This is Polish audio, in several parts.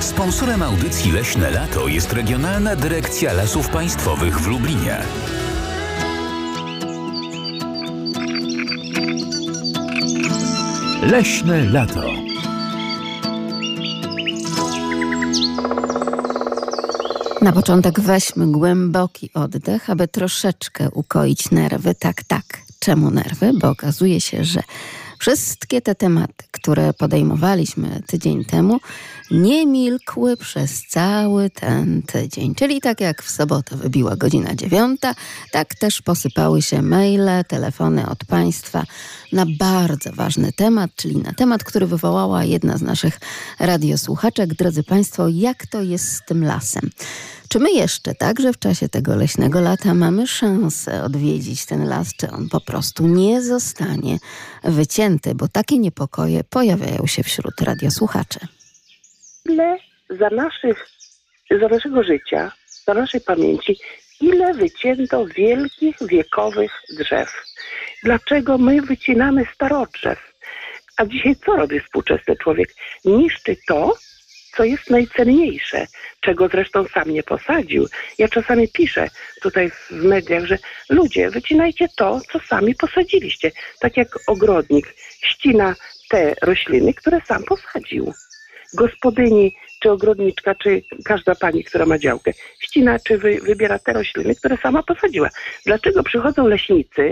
Sponsorem audycji Leśne Lato jest Regionalna Dyrekcja Lasów Państwowych w Lublinie. Leśne Lato. Na początek weźmy głęboki oddech, aby troszeczkę ukoić nerwy. Tak. Czemu nerwy? Bo okazuje się, że wszystkie te tematy, które podejmowaliśmy tydzień temu, nie milkły przez cały ten tydzień. Czyli tak jak w sobotę wybiła godzina 9, tak też posypały się maile, telefony od Państwa na bardzo ważny temat, czyli na temat, który wywołała jedna z naszych radiosłuchaczek. Drodzy Państwo, jak to jest z tym lasem? Czy my jeszcze także w czasie tego leśnego lata mamy szansę odwiedzić ten las, czy on po prostu nie zostanie wycięty? Bo takie niepokoje pojawiają się wśród radiosłuchaczy. Ile za naszego życia, za naszej pamięci, ile wycięto wielkich, wiekowych drzew? Dlaczego my wycinamy starodrzew? A dzisiaj co robi współczesny człowiek? Niszczy to, co jest najcenniejsze, czego zresztą sam nie posadził. Ja czasami piszę tutaj w mediach, że ludzie, wycinajcie to, co sami posadziliście. Tak jak ogrodnik ścina te rośliny, które sam posadził. Gospodyni, czy ogrodniczka, czy każda pani, która ma działkę, ścina, czy wybiera te rośliny, które sama posadziła. Dlaczego przychodzą leśnicy,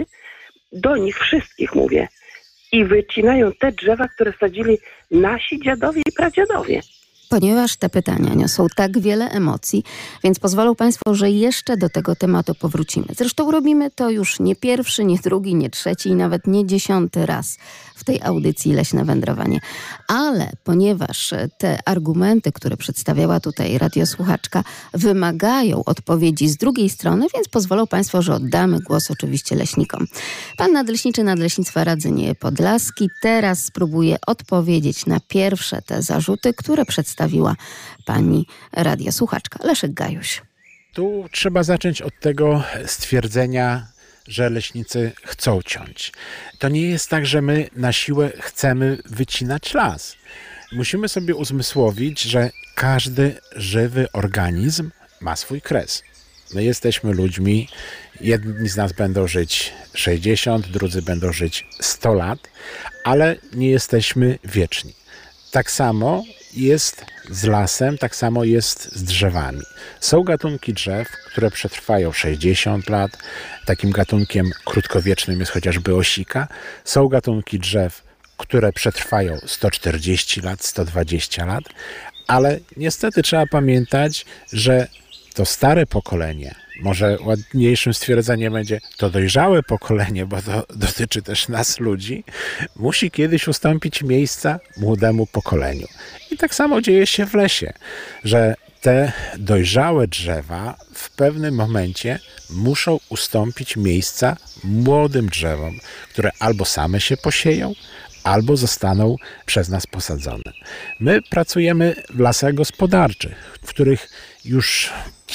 do nich wszystkich mówię, i wycinają te drzewa, które sadzili nasi dziadowie i pradziadowie? Ponieważ te pytania niosą tak wiele emocji, więc pozwolą Państwo, że jeszcze do tego tematu powrócimy. Zresztą robimy to już nie pierwszy, nie drugi, nie trzeci i nawet nie 10. raz w tej audycji Leśne Wędrowanie. Ale ponieważ te argumenty, które przedstawiała tutaj radiosłuchaczka, wymagają odpowiedzi z drugiej strony, więc pozwolą Państwo, że oddamy głos oczywiście leśnikom. Pan nadleśniczy Nadleśnictwa Radzyń Podlaski teraz spróbuje odpowiedzieć na pierwsze te zarzuty, które przedstawiła pani radiosłuchaczka. Leszek Gajuś. Tu trzeba zacząć od tego stwierdzenia, że leśnicy chcą ciąć. To nie jest tak, że my na siłę chcemy wycinać las. Musimy sobie uzmysłowić, że każdy żywy organizm ma swój kres. My jesteśmy ludźmi, jedni z nas będą żyć 60, drudzy będą żyć 100 lat, ale nie jesteśmy wieczni. Tak samo jest z lasem, tak samo jest z drzewami. Są gatunki drzew, które przetrwają 60 lat. Takim gatunkiem krótkowiecznym jest chociażby osika. Są gatunki drzew, które przetrwają 140 lat, 120 lat, ale niestety trzeba pamiętać, że to stare pokolenie, może ładniejszym stwierdzeniem będzie to dojrzałe pokolenie, bo to dotyczy też nas ludzi, musi kiedyś ustąpić miejsca młodemu pokoleniu. I tak samo dzieje się w lesie, że te dojrzałe drzewa w pewnym momencie muszą ustąpić miejsca młodym drzewom, które albo same się posieją, albo zostaną przez nas posadzone. My pracujemy w lasach gospodarczych, w których już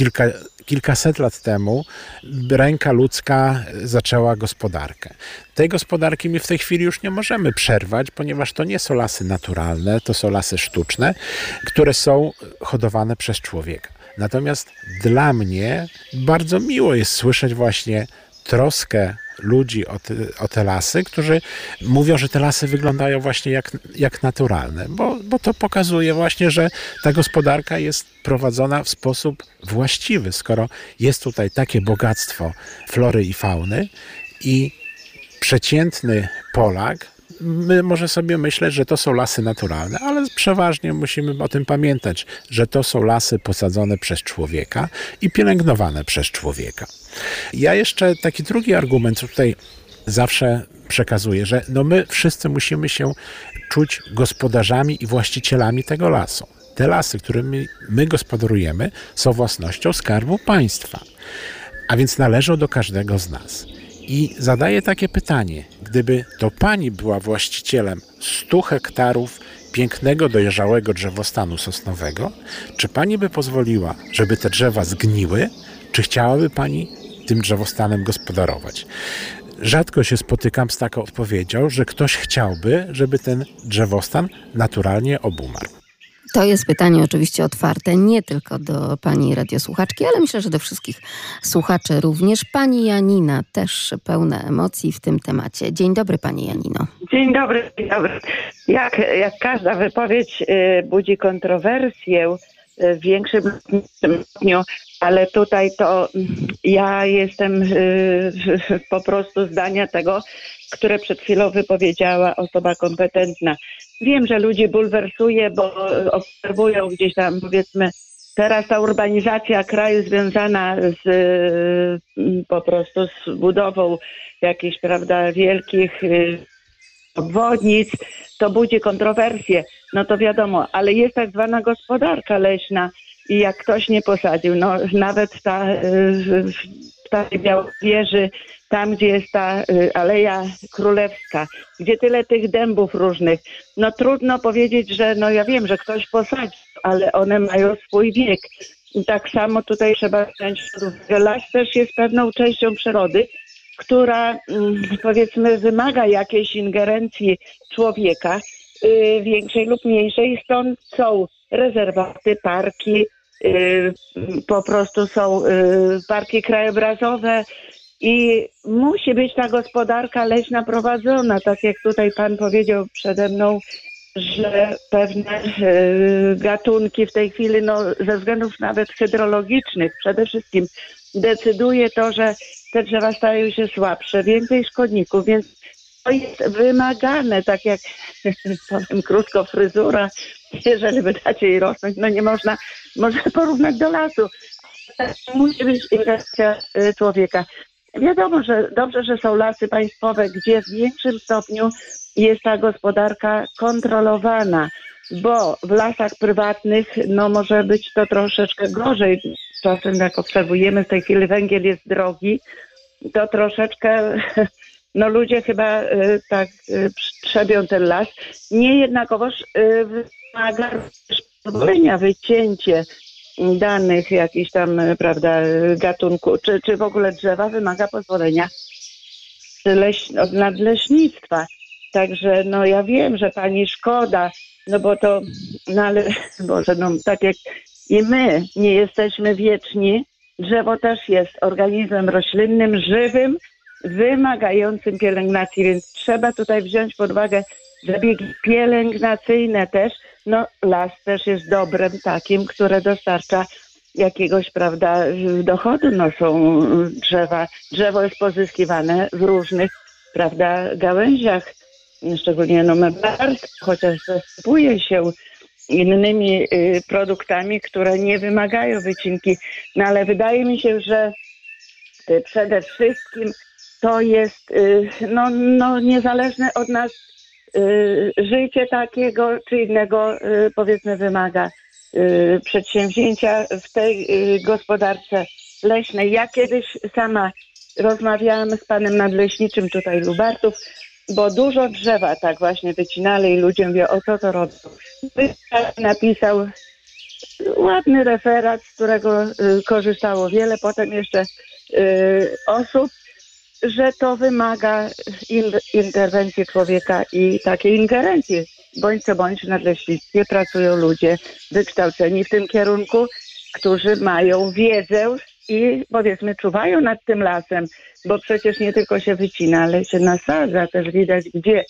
kilkaset lat temu ręka ludzka zaczęła gospodarkę. Tej gospodarki my w tej chwili już nie możemy przerwać, ponieważ to nie są lasy naturalne, to są lasy sztuczne, które są hodowane przez człowieka. Natomiast dla mnie bardzo miło jest słyszeć właśnie troskę ludzi o te lasy, którzy mówią, że te lasy wyglądają właśnie jak naturalne, bo to pokazuje właśnie, że ta gospodarka jest prowadzona w sposób właściwy, skoro jest tutaj takie bogactwo flory i fauny i przeciętny Polak może sobie myśleć, że to są lasy naturalne, ale przeważnie musimy o tym pamiętać, że to są lasy posadzone przez człowieka i pielęgnowane przez człowieka. Ja jeszcze taki drugi argument tutaj zawsze przekazuję, że my wszyscy musimy się czuć gospodarzami i właścicielami tego lasu. Te lasy, którymi my gospodarujemy, są własnością Skarbu Państwa, a więc należą do każdego z nas. I zadaję takie pytanie, gdyby to pani była właścicielem 100 hektarów pięknego, dojrzałego drzewostanu sosnowego, czy pani by pozwoliła, żeby te drzewa zgniły, czy chciałaby pani tym drzewostanem gospodarować? Rzadko się spotykam z taką odpowiedzią, że ktoś chciałby, żeby ten drzewostan naturalnie obumarł. To jest pytanie oczywiście otwarte nie tylko do pani radiosłuchaczki, ale myślę, że do wszystkich słuchaczy również. Pani Janina też pełna emocji w tym temacie. Dzień dobry, pani Janino. Dzień dobry, dzień dobry. Jak każda wypowiedź budzi kontrowersję w większym lub mniejszym stopniu, ale tutaj to ja jestem po prostu zdania tego, które przed chwilą wypowiedziała osoba kompetentna. Wiem, że ludzi bulwersuje, bo obserwują gdzieś tam, powiedzmy, teraz ta urbanizacja kraju związana z po prostu z budową jakichś, prawda, wielkich obwodnic, to budzi kontrowersje. No to wiadomo, ale jest tak zwana gospodarka leśna i jak ktoś nie posadził, no nawet w Starej Białowieży, tam gdzie jest ta Aleja Królewska, gdzie tyle tych dębów różnych, no trudno powiedzieć, że no ja wiem, że ktoś posadził, ale one mają swój wiek. I tak samo tutaj trzeba wziąć pod uwagę. Las też jest pewną częścią przyrody, która powiedzmy wymaga jakiejś ingerencji człowieka, większej lub mniejszej. Stąd są rezerwaty, parki, po prostu są parki krajobrazowe i musi być ta gospodarka leśna prowadzona, tak jak tutaj pan powiedział przede mną, że pewne gatunki w tej chwili, no ze względów nawet hydrologicznych przede wszystkim decyduje to, że te drzewa stają się słabsze, więcej szkodników, więc to jest wymagane, tak jak powiem krótko, fryzura, jeżeli by dać jej rosnąć, no nie można porównać do lasu. Musi być ingerencja człowieka. Wiadomo, że dobrze, że są lasy państwowe, gdzie w większym stopniu jest ta gospodarka kontrolowana, bo w lasach prywatnych no może być to troszeczkę gorzej. Czasem jak obserwujemy w tej chwili węgiel jest drogi, to troszeczkę no ludzie chyba tak trzebią ten las. Nie jednakowoż wymaga pozwolenia, wycięcie danych jakichś tam, prawda, gatunku, czy w ogóle drzewa wymaga pozwolenia od nadleśnictwa. Także no ja wiem, że pani szkoda, no bo to, no ale Boże, no tak jak i my nie jesteśmy wieczni, drzewo też jest organizmem roślinnym, żywym, wymagającym pielęgnacji, więc trzeba tutaj wziąć pod uwagę zabiegi pielęgnacyjne też. No las też jest dobrem takim, które dostarcza jakiegoś, prawda, dochodu. No są drzewo jest pozyskiwane w różnych, prawda, gałęziach, szczególnie no meblarstwo, chociaż zastępuje się innymi produktami, które nie wymagają wycinki. No ale wydaje mi się, że przede wszystkim to jest no niezależne od nas życie takiego czy innego, powiedzmy, wymaga przedsięwzięcia w tej gospodarce leśnej. Ja kiedyś sama rozmawiałam z panem nadleśniczym tutaj Lubartów, bo dużo drzewa tak właśnie wycinali i ludzie mówią, o co to robią. Napisał ładny referat, z którego korzystało wiele potem jeszcze osób, że to wymaga interwencji człowieka i takiej ingerencji. Bądź co bądź w nadleśnictwie pracują ludzie wykształceni w tym kierunku, którzy mają wiedzę i powiedzmy czuwają nad tym lasem, bo przecież nie tylko się wycina, ale się nasadza. Też widać, gdzie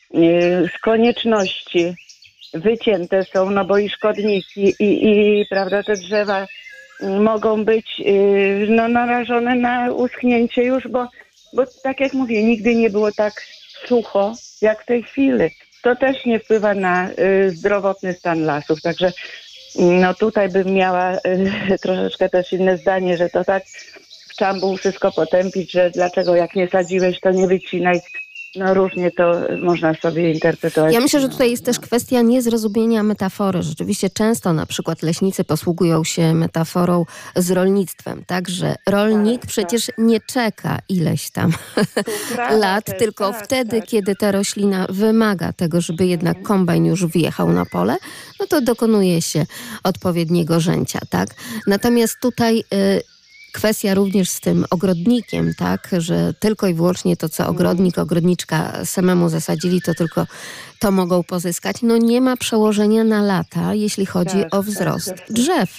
z konieczności wycięte są, no bo i szkodniki i prawda, te drzewa mogą być no, narażone na uschnięcie już, bo tak jak mówię, nigdy nie było tak sucho jak w tej chwili. To też nie wpływa na zdrowotny stan lasów, także no tutaj bym miała troszeczkę też inne zdanie, że to tak w czambuł wszystko potępić, że dlaczego jak nie sadziłeś, to nie wycinaj. No różnie to można sobie interpretować. Ja myślę, że tutaj jest też kwestia niezrozumienia metafory. Rzeczywiście często na przykład leśnicy posługują się metaforą z rolnictwem, tak? Że rolnik przecież nie czeka ileś tam lat, tylko wtedy, kiedy ta roślina wymaga tego, żeby jednak kombajn już wjechał na pole, no to dokonuje się odpowiedniego rzęcia, tak? Natomiast tutaj kwestia również z tym ogrodnikiem, tak, że tylko i wyłącznie to, co ogrodnik, ogrodniczka samemu zasadzili, to tylko to mogą pozyskać. No nie ma przełożenia na lata, jeśli chodzi o wzrost drzew.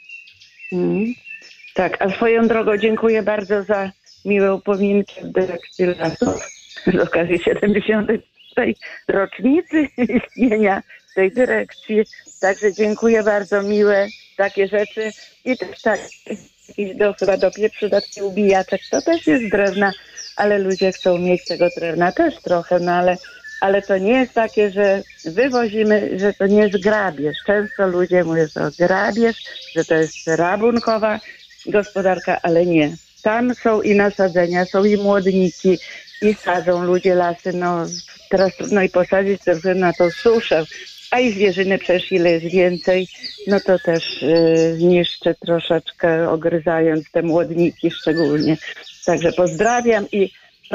Tak, a swoją drogą dziękuję bardzo za miłe upominki w dyrekcji lasów z okazji 70. rocznicy istnienia tej dyrekcji. Także dziękuję bardzo, miłe takie rzeczy. I też tak, chyba do pieprzu, do takich ubijaczek, to też jest drewna, ale ludzie chcą mieć tego drewna też trochę, no ale to nie jest takie, że wywozimy, że to nie jest grabież. Często ludzie mówią, że to grabież, że to jest rabunkowa gospodarka, ale nie. Tam są i nasadzenia, są i młodniki, i sadzą ludzie lasy. No teraz trudno i posadzić ze względu na tą suszę, a i zwierzyny przecież ile jest więcej, no to też niszczy troszeczkę, ogryzając te młodniki szczególnie. Także pozdrawiam i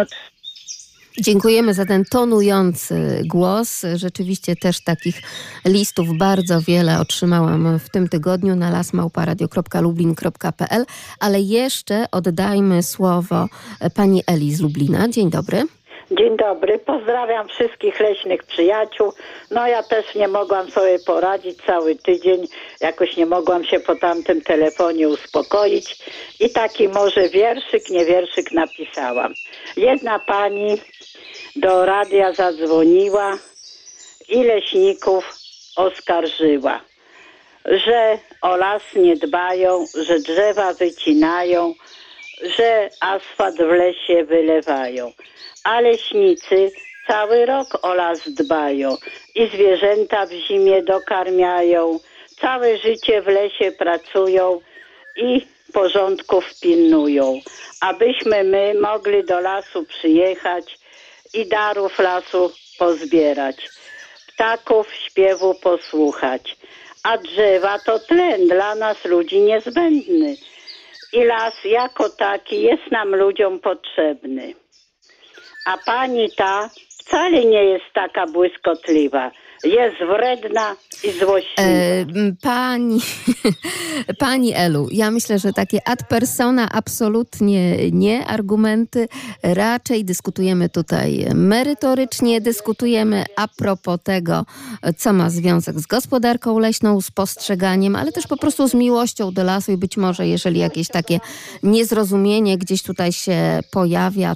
Dziękujemy za ten tonujący głos. Rzeczywiście też takich listów bardzo wiele otrzymałam w tym tygodniu na lasmałparadio.lublin.pl, ale jeszcze oddajmy słowo pani Eli z Lublina. Dzień dobry. Dzień dobry, pozdrawiam wszystkich leśnych przyjaciół. No ja też nie mogłam sobie poradzić cały tydzień, jakoś nie mogłam się po tamtym telefonie uspokoić i taki może wierszyk, nie wierszyk napisałam. Jedna pani do radia zadzwoniła i leśników oskarżyła, że o las nie dbają, że drzewa wycinają, że asfalt w lesie wylewają. A leśnicy cały rok o las dbają i zwierzęta w zimie dokarmiają. Całe życie w lesie pracują i porządków pilnują. Abyśmy my mogli do lasu przyjechać i darów lasu pozbierać. Ptaków śpiewu posłuchać. A drzewa to tlen dla nas ludzi niezbędny. I las jako taki jest nam ludziom potrzebny. A pani ta wcale nie jest taka błyskotliwa. Jest wredna i złośliwa. Pani Elu, ja myślę, że takie ad persona absolutnie nie argumenty. Raczej dyskutujemy tutaj merytorycznie, dyskutujemy a propos tego, co ma związek z gospodarką leśną, z postrzeganiem, ale też po prostu z miłością do lasu i być może jeżeli jakieś takie niezrozumienie gdzieś tutaj się pojawia,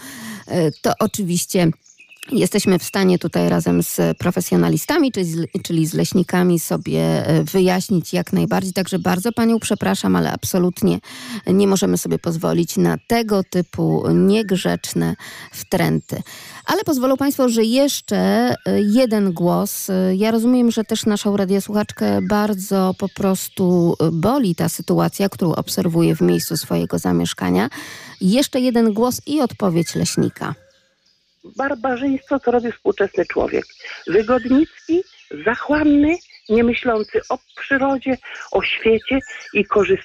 to oczywiście jesteśmy w stanie tutaj razem z profesjonalistami, czyli z leśnikami sobie wyjaśnić jak najbardziej. Także bardzo panią przepraszam, ale absolutnie nie możemy sobie pozwolić na tego typu niegrzeczne wtręty. Ale pozwolą państwo, że jeszcze jeden głos. Ja rozumiem, że też naszą radiosłuchaczkę bardzo po prostu boli ta sytuacja, którą obserwuje w miejscu swojego zamieszkania. Jeszcze jeden głos i odpowiedź leśnika. Barbarzyństwo, co robi współczesny człowiek. Wygodnicki, zachłanny, niemyślący o przyrodzie, o świecie i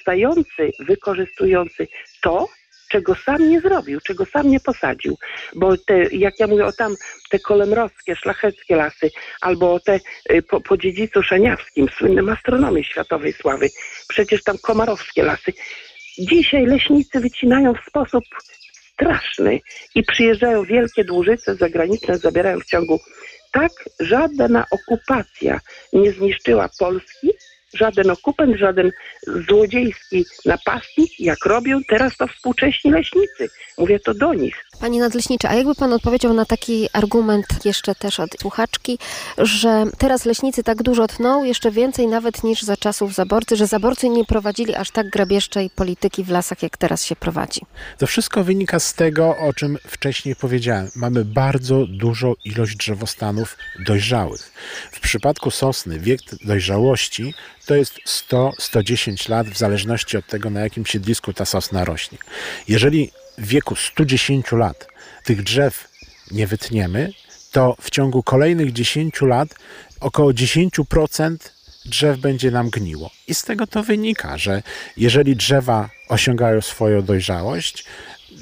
wykorzystujący to, czego sam nie zrobił, czego sam nie posadził. Bo jak ja mówię te kolemrowskie, szlacheckie lasy, albo te po dziedzicu szaniawskim, słynnym astronomii światowej sławy, przecież tam komarowskie lasy. Dzisiaj leśnicy wycinają w sposób straszny i przyjeżdżają wielkie dłużyce zagraniczne, zabierają w ciągu. Tak żadna okupacja nie zniszczyła Polski, żaden okupant, żaden złodziejski napastnik, jak robią teraz to współcześni leśnicy. Mówię to do nich. Panie nadleśniczy, a jakby pan odpowiedział na taki argument jeszcze też od słuchaczki, że teraz leśnicy tak dużo tną, jeszcze więcej nawet niż za czasów zaborcy, że zaborcy nie prowadzili aż tak grabieżczej polityki w lasach, jak teraz się prowadzi? To wszystko wynika z tego, o czym wcześniej powiedziałem. Mamy bardzo dużą ilość drzewostanów dojrzałych. W przypadku sosny wiek dojrzałości to jest 100-110 lat, w zależności od tego, na jakim siedlisku ta sosna rośnie. Jeżeli w wieku 110 lat tych drzew nie wytniemy, to w ciągu kolejnych 10 lat około 10% drzew będzie nam gniło. I z tego to wynika, że jeżeli drzewa osiągają swoją dojrzałość,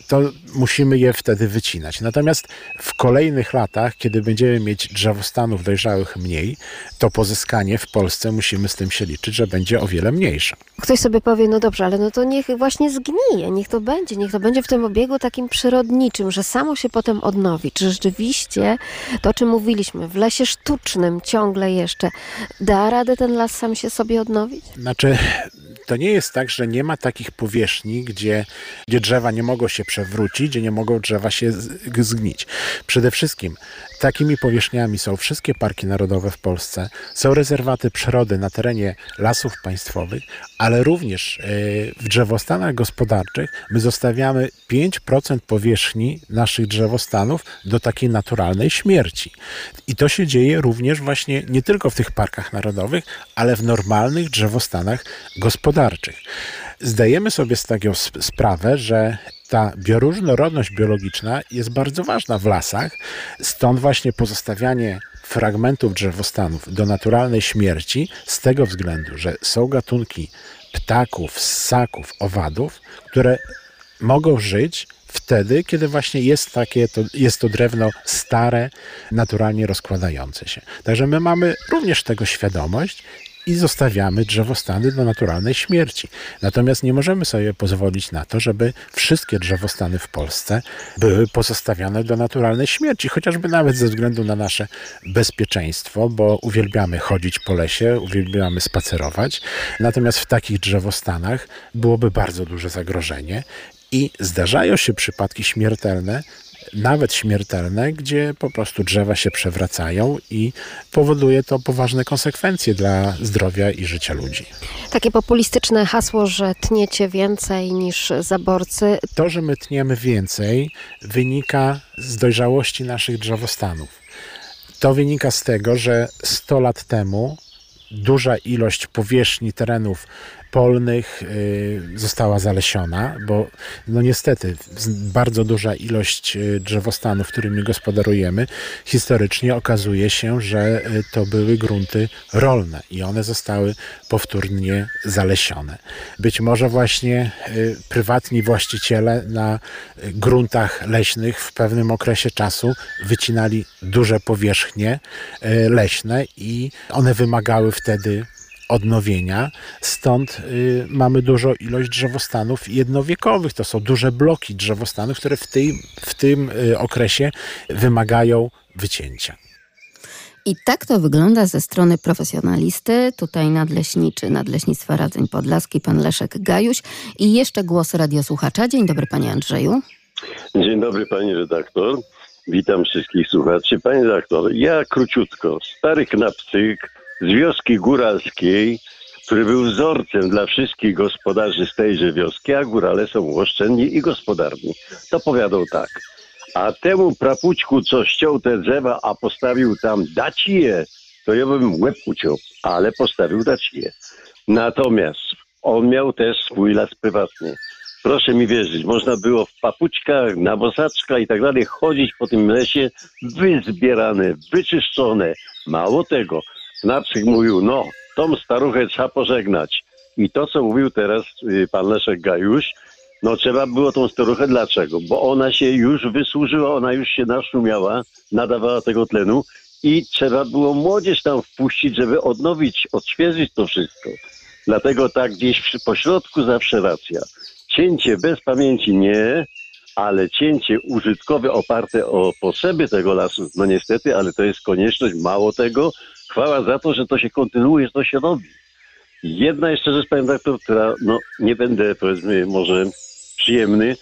to musimy je wtedy wycinać. Natomiast w kolejnych latach, kiedy będziemy mieć drzewostanów dojrzałych mniej, to pozyskanie w Polsce musimy z tym się liczyć, że będzie o wiele mniejsze. Ktoś sobie powie, no dobrze, ale no to niech właśnie zgnije, niech to będzie w tym obiegu takim przyrodniczym, że samo się potem odnowi. Czy rzeczywiście to, o czym mówiliśmy, w lesie sztucznym ciągle jeszcze da radę ten las sam się sobie odnowić? Znaczy, to nie jest tak, że nie ma takich powierzchni, gdzie drzewa nie mogą się przewrócić, gdzie nie mogą drzewa się zgnić. Przede wszystkim takimi powierzchniami są wszystkie parki narodowe w Polsce, są rezerwaty przyrody na terenie lasów państwowych, ale również w drzewostanach gospodarczych my zostawiamy 5% powierzchni naszych drzewostanów do takiej naturalnej śmierci. I to się dzieje również właśnie nie tylko w tych parkach narodowych, ale w normalnych drzewostanach gospodarczych. Zdajemy sobie z tego sprawę, że ta bioróżnorodność biologiczna jest bardzo ważna w lasach, stąd właśnie pozostawianie fragmentów drzewostanów do naturalnej śmierci z tego względu, że są gatunki ptaków, ssaków, owadów, które mogą żyć wtedy, kiedy właśnie jest to drewno stare, naturalnie rozkładające się. Także my mamy również tego świadomość i zostawiamy drzewostany do naturalnej śmierci. Natomiast nie możemy sobie pozwolić na to, żeby wszystkie drzewostany w Polsce były pozostawiane do naturalnej śmierci, chociażby nawet ze względu na nasze bezpieczeństwo, bo uwielbiamy chodzić po lesie, uwielbiamy spacerować. Natomiast w takich drzewostanach byłoby bardzo duże zagrożenie i zdarzają się przypadki śmiertelne, nawet śmiertelne, gdzie po prostu drzewa się przewracają i powoduje to poważne konsekwencje dla zdrowia i życia ludzi. Takie populistyczne hasło, że tniecie więcej niż zaborcy. To, że my tniemy więcej, wynika z dojrzałości naszych drzewostanów. To wynika z tego, że 100 lat temu duża ilość powierzchni terenów polnych została zalesiona, bo no niestety bardzo duża ilość drzewostanów, którymi gospodarujemy, historycznie okazuje się, że to były grunty rolne i one zostały powtórnie zalesione. Być może właśnie prywatni właściciele na gruntach leśnych w pewnym okresie czasu wycinali duże powierzchnie leśne i one wymagały wtedy odnowienia, stąd mamy dużą ilość drzewostanów jednowiekowych. To są duże bloki drzewostanów, które w tym okresie wymagają wycięcia. I tak to wygląda ze strony profesjonalisty, tutaj nadleśniczy Nadleśnictwa Radzeń Podlaski, pan Leszek Gajuś i jeszcze głos radiosłuchacza. Dzień dobry, panie Andrzeju. Dzień dobry, pani redaktor. Witam wszystkich słuchaczy. Pani redaktor, ja króciutko, stary knapcyk z wioski góralskiej, który był wzorcem dla wszystkich gospodarzy z tejże wioski, a górale są oszczędni i gospodarni. To powiadał tak. A temu prapućku, co ściął te drzewa, a postawił tam dacie, to ja bym łeb uciął, ale postawił dacie. Natomiast on miał też swój las prywatny. Proszę mi wierzyć, można było w papućkach, na bosaczka i tak dalej chodzić po tym lesie wyzbierane, wyczyszczone. Mało tego, Knapczyk mówił, no, tą staruchę trzeba pożegnać. I to, co mówił teraz pan Leszek Gajuś, no trzeba było tą staruchę. Dlaczego? Bo ona się już wysłużyła, ona już się naszumiała, nadawała tego tlenu i trzeba było młodzież tam wpuścić, żeby odnowić, odświeżyć to wszystko. Dlatego tak gdzieś po środku zawsze racja. Cięcie bez pamięci nie, ale cięcie użytkowe oparte o potrzeby tego lasu, no niestety, ale to jest konieczność. Mało tego, chwała za to, że to się kontynuuje, że to się robi. Jedna jeszcze rzecz, panie doktor, która, no nie będę, powiedzmy, może przyjemny,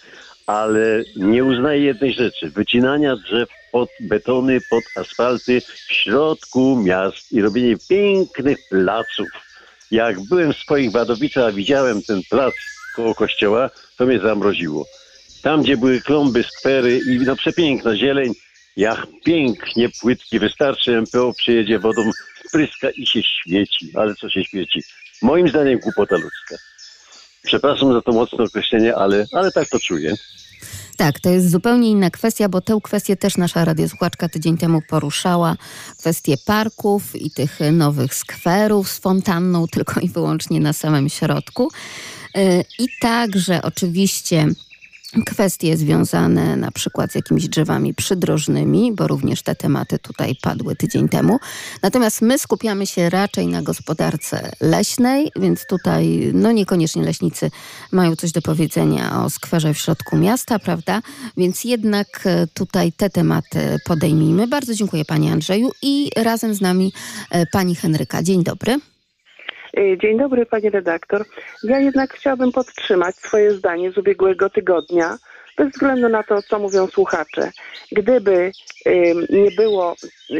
ale nie uznaję jednej rzeczy. Wycinania drzew pod betony, pod asfalty w środku miast i robienie pięknych placów. Jak byłem w swoich Wadowicach, a widziałem ten plac koło kościoła, to mnie zamroziło. Tam, gdzie były klomby, skwery i no przepiękna zieleń, jak pięknie płytki, wystarczy MPO, przyjedzie wodą, spryska i się świeci. Ale co się świeci? Moim zdaniem głupota ludzka. Przepraszam za to mocne określenie, ale tak to czuję. Tak, to jest zupełnie inna kwestia, bo tę kwestię też nasza radiosłuchaczka tydzień temu poruszała. Kwestię parków i tych nowych skwerów z fontanną tylko i wyłącznie na samym środku. I także oczywiście kwestie związane na przykład z jakimiś drzewami przydrożnymi, bo również te tematy tutaj padły tydzień temu. Natomiast my skupiamy się raczej na gospodarce leśnej, więc tutaj niekoniecznie leśnicy mają coś do powiedzenia o skwerze w środku miasta, prawda? Więc jednak tutaj te tematy podejmijmy. Bardzo dziękuję Panie Andrzeju i razem z nami Pani Henryka. Dzień dobry. Dzień dobry, pani redaktor. Ja jednak chciałabym podtrzymać swoje zdanie z ubiegłego tygodnia, bez względu na to, co mówią słuchacze. Gdyby nie było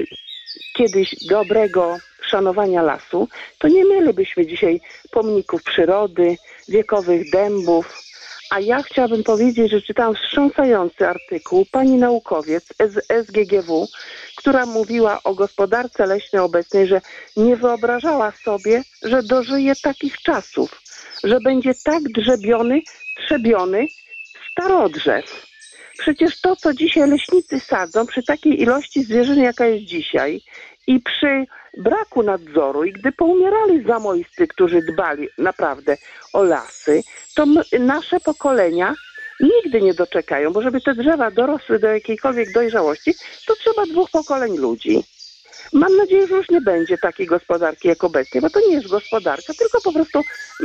kiedyś dobrego szanowania lasu, to nie mielibyśmy dzisiaj pomników przyrody, wiekowych dębów. A ja chciałabym powiedzieć, że czytałam wstrząsający artykuł pani naukowiec z SGGW, która mówiła o gospodarce leśnej obecnej, że nie wyobrażała sobie, że dożyje takich czasów, że będzie tak trzebiony starodrzew. Przecież to, co dzisiaj leśnicy sadzą, przy takiej ilości zwierzyny, jaka jest dzisiaj i przy braku nadzoru i gdy poumierali zamojscy, którzy dbali naprawdę o lasy, to nasze pokolenia nigdy nie doczekają, bo żeby te drzewa dorosły do jakiejkolwiek dojrzałości, to trzeba 2 pokoleń ludzi. Mam nadzieję, że już nie będzie takiej gospodarki jak obecnie, bo to nie jest gospodarka, tylko po prostu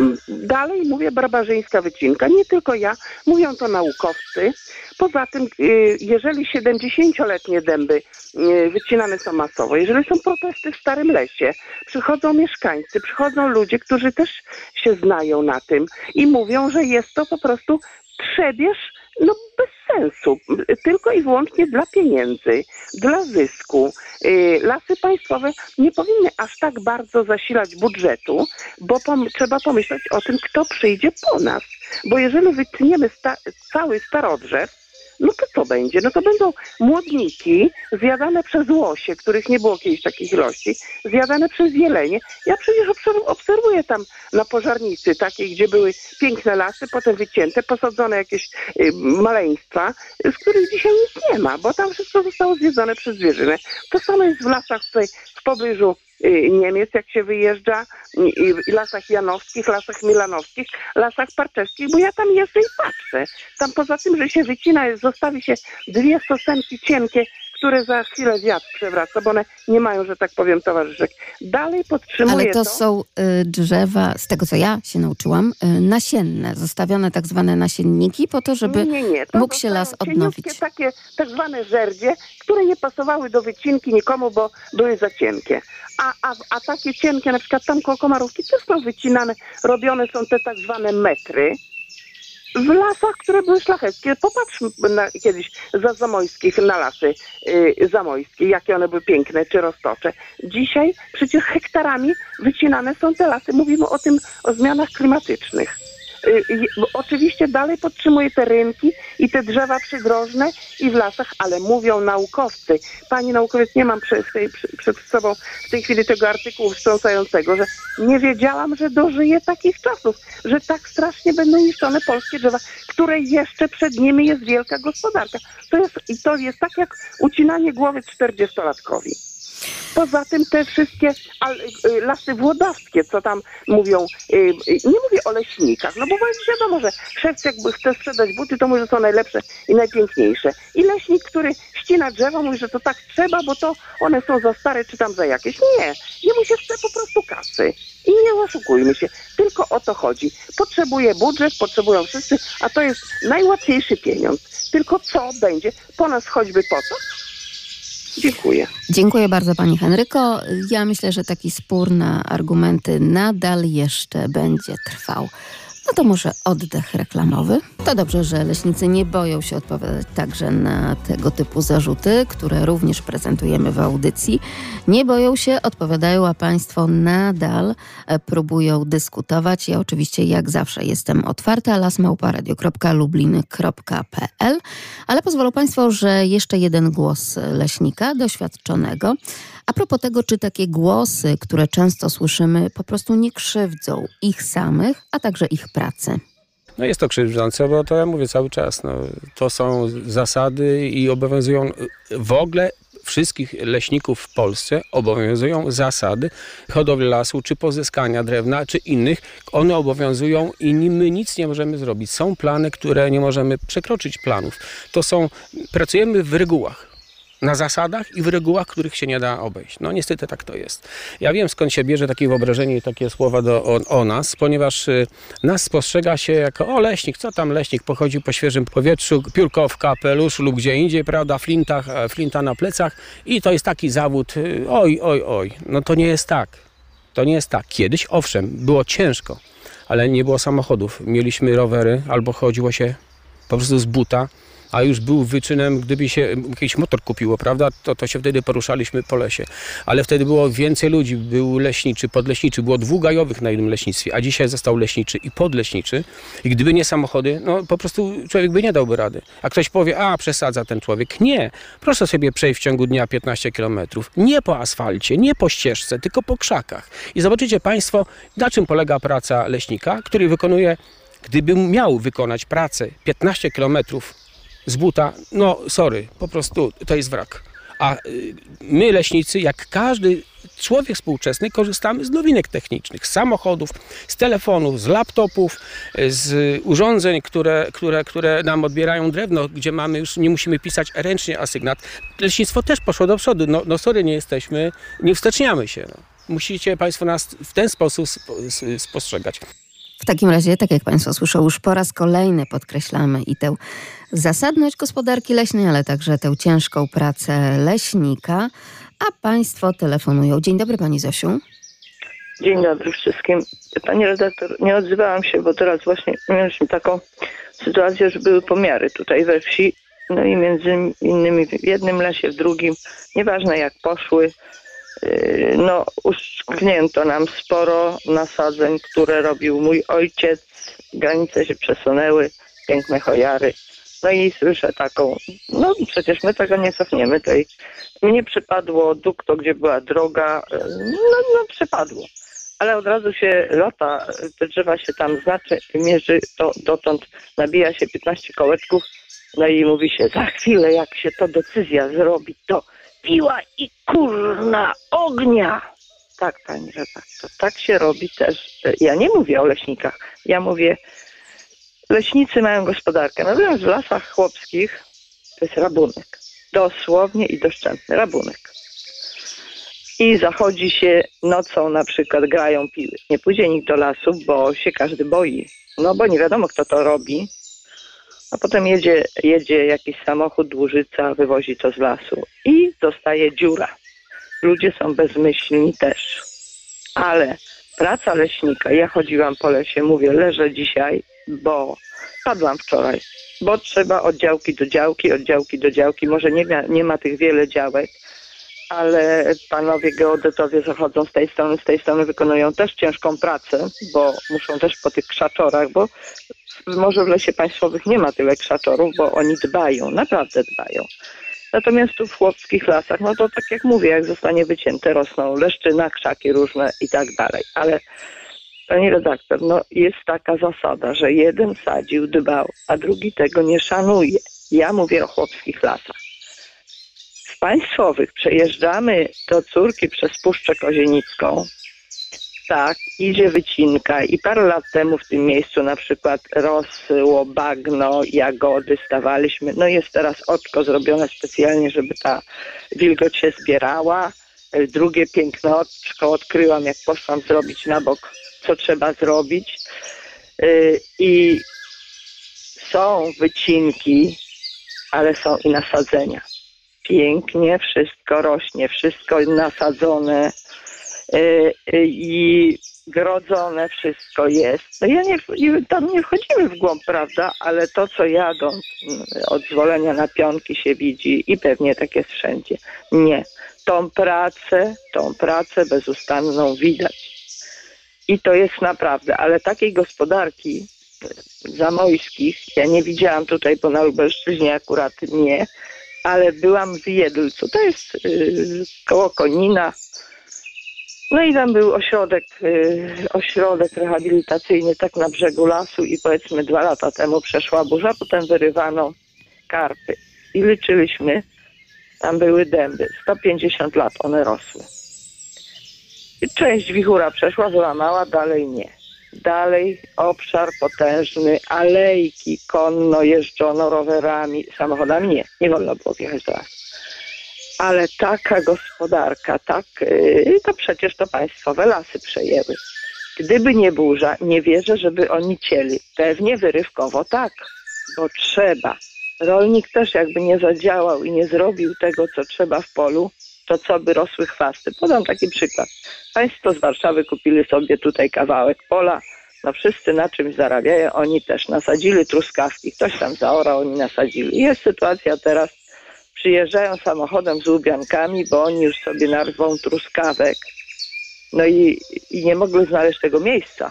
dalej mówię barbarzyńska wycinka. Nie tylko ja, mówią to naukowcy. Poza tym, jeżeli 70-letnie dęby wycinane są masowo, jeżeli są protesty w Starym Lesie, przychodzą mieszkańcy, przychodzą ludzie, którzy też się znają na tym i mówią, że jest to po prostu trzebież bez sensu, tylko i wyłącznie dla pieniędzy, dla zysku. Lasy państwowe nie powinny aż tak bardzo zasilać budżetu, bo trzeba pomyśleć o tym, kto przyjdzie po nas. Bo jeżeli wytniemy cały starodrzew, to co będzie? To będą młodniki zjadane przez łosie, których nie było kiedyś takich ilości, zjadane przez jelenie. Ja przecież obserwuję tam na Pożarnicy takiej, gdzie były piękne lasy, potem wycięte, posadzone jakieś maleństwa, z których dzisiaj nic nie ma, bo tam wszystko zostało zjedzone przez zwierzynę. To samo jest w lasach tutaj w pobliżu Niemiec, jak się wyjeżdża, i lasach janowskich, lasach milanowskich, lasach parczewskich, bo ja tam jeżdżę i patrzę. Tam poza tym, że się wycina, zostawi się 2 sosenki cienkie, które za chwilę wiatr przewraca, bo one nie mają, że tak powiem, towarzyszek. Dalej podtrzymuję Ale to są drzewa, z tego co ja się nauczyłam, nasienne, zostawione tak zwane nasienniki po to, żeby mógł się las odnowić. Takie tak zwane żerdzie, które nie pasowały do wycinki nikomu, bo były za cienkie. A takie cienkie, na przykład tam koło Komarówki, też są wycinane, robione są te tak zwane metry. W lasach, które były szlacheckie, popatrzmy kiedyś za zamojskich na lasy zamojskie, jakie one były piękne, czy roztocze. Dzisiaj przecież hektarami wycinane są te lasy. Mówimy o zmianach klimatycznych. Oczywiście dalej podtrzymuję te rynki i te drzewa przydrożne i w lasach, ale mówią naukowcy. Pani naukowiec, nie mam przed sobą w tej chwili tego artykułu wstrząsającego, że nie wiedziałam, że dożyję takich czasów, że tak strasznie będą niszczone polskie drzewa, które jeszcze przed nimi jest wielka gospodarka. To jest tak jak ucinanie głowy 40-latkowi. Poza tym te wszystkie lasy włodawskie, co tam mówią, nie mówię o leśnikach, bo wiadomo, że szewc jakby chce sprzedać buty, to mówi, że są najlepsze i najpiękniejsze. I leśnik, który ścina drzewa, mówi, że to tak trzeba, bo to one są za stare, czy tam za jakieś. Nie, jemu się chce po prostu kasy. I nie oszukujmy się, tylko o to chodzi. Potrzebuje budżet, potrzebują wszyscy, a to jest najłatwiejszy pieniądz. Tylko co będzie? Po nas choćby po to? Dziękuję. Dziękuję bardzo Pani Henryko. Ja myślę, że taki spór na argumenty nadal jeszcze będzie trwał. To może oddech reklamowy. To dobrze, że leśnicy nie boją się odpowiadać także na tego typu zarzuty, które również prezentujemy w audycji. Nie boją się, odpowiadają, a Państwo nadal próbują dyskutować. Ja oczywiście jak zawsze jestem otwarta, lasmałparadio.lublin.pl, ale pozwolą Państwo, że jeszcze jeden głos leśnika doświadczonego. A propos tego, czy takie głosy, które często słyszymy, po prostu nie krzywdzą ich samych, a także ich pracy. Jest to krzywdzące, bo to ja mówię cały czas. To są zasady i obowiązują w ogóle wszystkich leśników w Polsce obowiązują zasady hodowli lasu, czy pozyskania drewna, czy innych. One obowiązują i my nic nie możemy zrobić. Są plany, które nie możemy przekroczyć planów. Pracujemy w regułach. Na zasadach i w regułach, których się nie da obejść. No niestety tak to jest. Ja wiem, skąd się bierze takie wyobrażenie i takie słowa o nas, ponieważ nas spostrzega się jako leśnik, co tam leśnik, pochodzi po świeżym powietrzu, piórko w kapeluszu lub gdzie indziej, prawda, flinta na plecach i to jest taki zawód, oj. No to nie jest tak. To nie jest tak. Kiedyś, owszem, było ciężko, ale nie było samochodów. Mieliśmy rowery albo chodziło się po prostu z buta, a już był wyczynem, gdyby się jakiś motor kupiło, prawda, to się wtedy poruszaliśmy po lesie. Ale wtedy było więcej ludzi, był leśniczy, podleśniczy, było 2 gajowych na jednym leśnictwie, a dzisiaj został leśniczy i podleśniczy. I gdyby nie samochody, no po prostu człowiek by nie dałby rady. A ktoś powie, przesadza ten człowiek. Nie, proszę sobie przejść w ciągu dnia 15 kilometrów. Nie po asfalcie, nie po ścieżce, tylko po krzakach. I zobaczycie Państwo, na czym polega praca leśnika, który wykonuje, gdyby miał wykonać pracę 15 kilometrów z buta, po prostu to jest wrak. A my leśnicy, jak każdy człowiek współczesny, korzystamy z nowinek technicznych, z samochodów, z telefonów, z laptopów, z urządzeń, które nam odbierają drewno, gdzie mamy już, nie musimy pisać ręcznie asygnat. Leśnictwo też poszło do przodu. Nie wsteczniamy się. Musicie Państwo nas w ten sposób spostrzegać. W takim razie, tak jak Państwo słyszą, już po raz kolejny podkreślamy i tę zasadność gospodarki leśnej, ale także tę ciężką pracę leśnika, a Państwo telefonują. Dzień dobry Pani Zosiu. Dzień dobry wszystkim. Pani redaktor, nie odzywałam się, bo teraz właśnie mieliśmy taką sytuację, że były pomiary tutaj we wsi, no i między innymi w jednym lesie, w drugim, nieważne jak poszły, uszczknięto nam sporo nasadzeń, które robił mój ojciec. Granice się przesunęły, piękne hojary. No i słyszę taką, przecież my tego nie cofniemy. Mnie przypadło dukto, gdzie była droga, przypadło. Ale od razu się lata, te drzewa się tam mierzy, to dotąd nabija się 15 kołeczków. No i mówi się, za chwilę jak się to decyzja zrobi, to piła i kurna ognia. Tak, pani redaktor, tak się robi też. Ja nie mówię o leśnikach, ja mówię, leśnicy mają gospodarkę. Natomiast w lasach chłopskich to jest rabunek. Dosłownie i doszczętny rabunek. I zachodzi się nocą, na przykład grają piły. Nie pójdzie nikt do lasu, bo się każdy boi. Bo nie wiadomo, kto to robi. A potem jedzie jakiś samochód, łużyca, wywozi to z lasu i zostaje dziura. Ludzie są bezmyślni też. Ale praca leśnika, ja chodziłam po lesie, mówię, leżę dzisiaj, bo padłam wczoraj, bo trzeba od działki do działki, może nie ma tych wiele działek, ale panowie geodetowie zachodzą z tej strony wykonują też ciężką pracę, bo muszą też po tych krzaczorach, bo może w lesie państwowych nie ma tyle krzaczorów, bo oni dbają, naprawdę dbają. Natomiast tu w chłopskich lasach, to tak jak mówię, jak zostanie wycięte, rosną leszczyna, krzaki różne i tak dalej. Ale pani redaktor, jest taka zasada, że jeden sadził, dbał, a drugi tego nie szanuje. Ja mówię o chłopskich lasach. W państwowych przejeżdżamy do Córki przez Puszczę Kozienicką. Tak, idzie wycinka i parę lat temu w tym miejscu na przykład rosło bagno, jagody stawaliśmy. Jest teraz oczko zrobione specjalnie, żeby ta wilgoć się zbierała. Drugie piękne oczko odkryłam, jak poszłam zrobić na bok, co trzeba zrobić. I są wycinki, ale są i nasadzenia. Pięknie wszystko rośnie, wszystko nasadzone i grodzone, wszystko jest. Tam nie wchodzimy w głąb, prawda, ale to, co jadą od zwolenia na pionki się widzi i pewnie tak jest wszędzie. Nie. Tą pracę bezustanną widać. I to jest naprawdę, ale takiej gospodarki zamojskich ja nie widziałam tutaj, bo na Lubelszczyźnie akurat nie, ale byłam w Jedlcu, to jest koło Konina. I tam był ośrodek rehabilitacyjny tak na brzegu lasu i powiedzmy 2 lata temu przeszła burza, potem wyrywano karpy i liczyliśmy Tam były dęby. 150 lat one rosły. Część wichura przeszła, wyłamała, dalej nie. Dalej obszar potężny, alejki, konno jeżdżono rowerami, samochodami nie wolno było wjechać do lasu. Ale taka gospodarka, to przecież to państwowe lasy przejęły. Gdyby nie burza, nie wierzę, żeby oni cieli. Pewnie wyrywkowo tak, bo trzeba. Rolnik też jakby nie zadziałał i nie zrobił tego, co trzeba w polu, to co by rosły chwasty. Podam taki przykład. Państwo z Warszawy kupili sobie tutaj kawałek pola, no wszyscy na czymś zarabiają, oni też nasadzili truskawki, ktoś tam zaorał, oni nasadzili. Jest sytuacja teraz, przyjeżdżają samochodem z łubiankami, bo oni już sobie narwą truskawek, no i nie mogli znaleźć tego miejsca,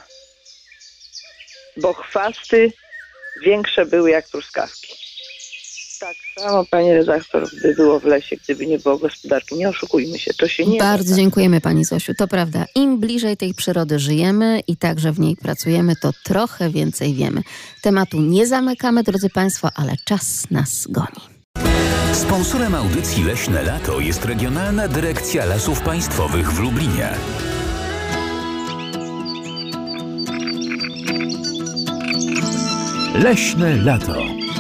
bo chwasty większe były jak truskawki. Tak samo, panie redaktor, by było w lesie, gdyby nie było gospodarki. Nie oszukujmy się, to się nie da. Bardzo dziękujemy pani Zosiu. To prawda, im bliżej tej przyrody żyjemy i także w niej pracujemy, to trochę więcej wiemy. Tematu nie zamykamy, drodzy państwo, ale czas nas goni. Sponsorem audycji Leśne Lato jest Regionalna Dyrekcja Lasów Państwowych w Lublinie. Leśne Lato.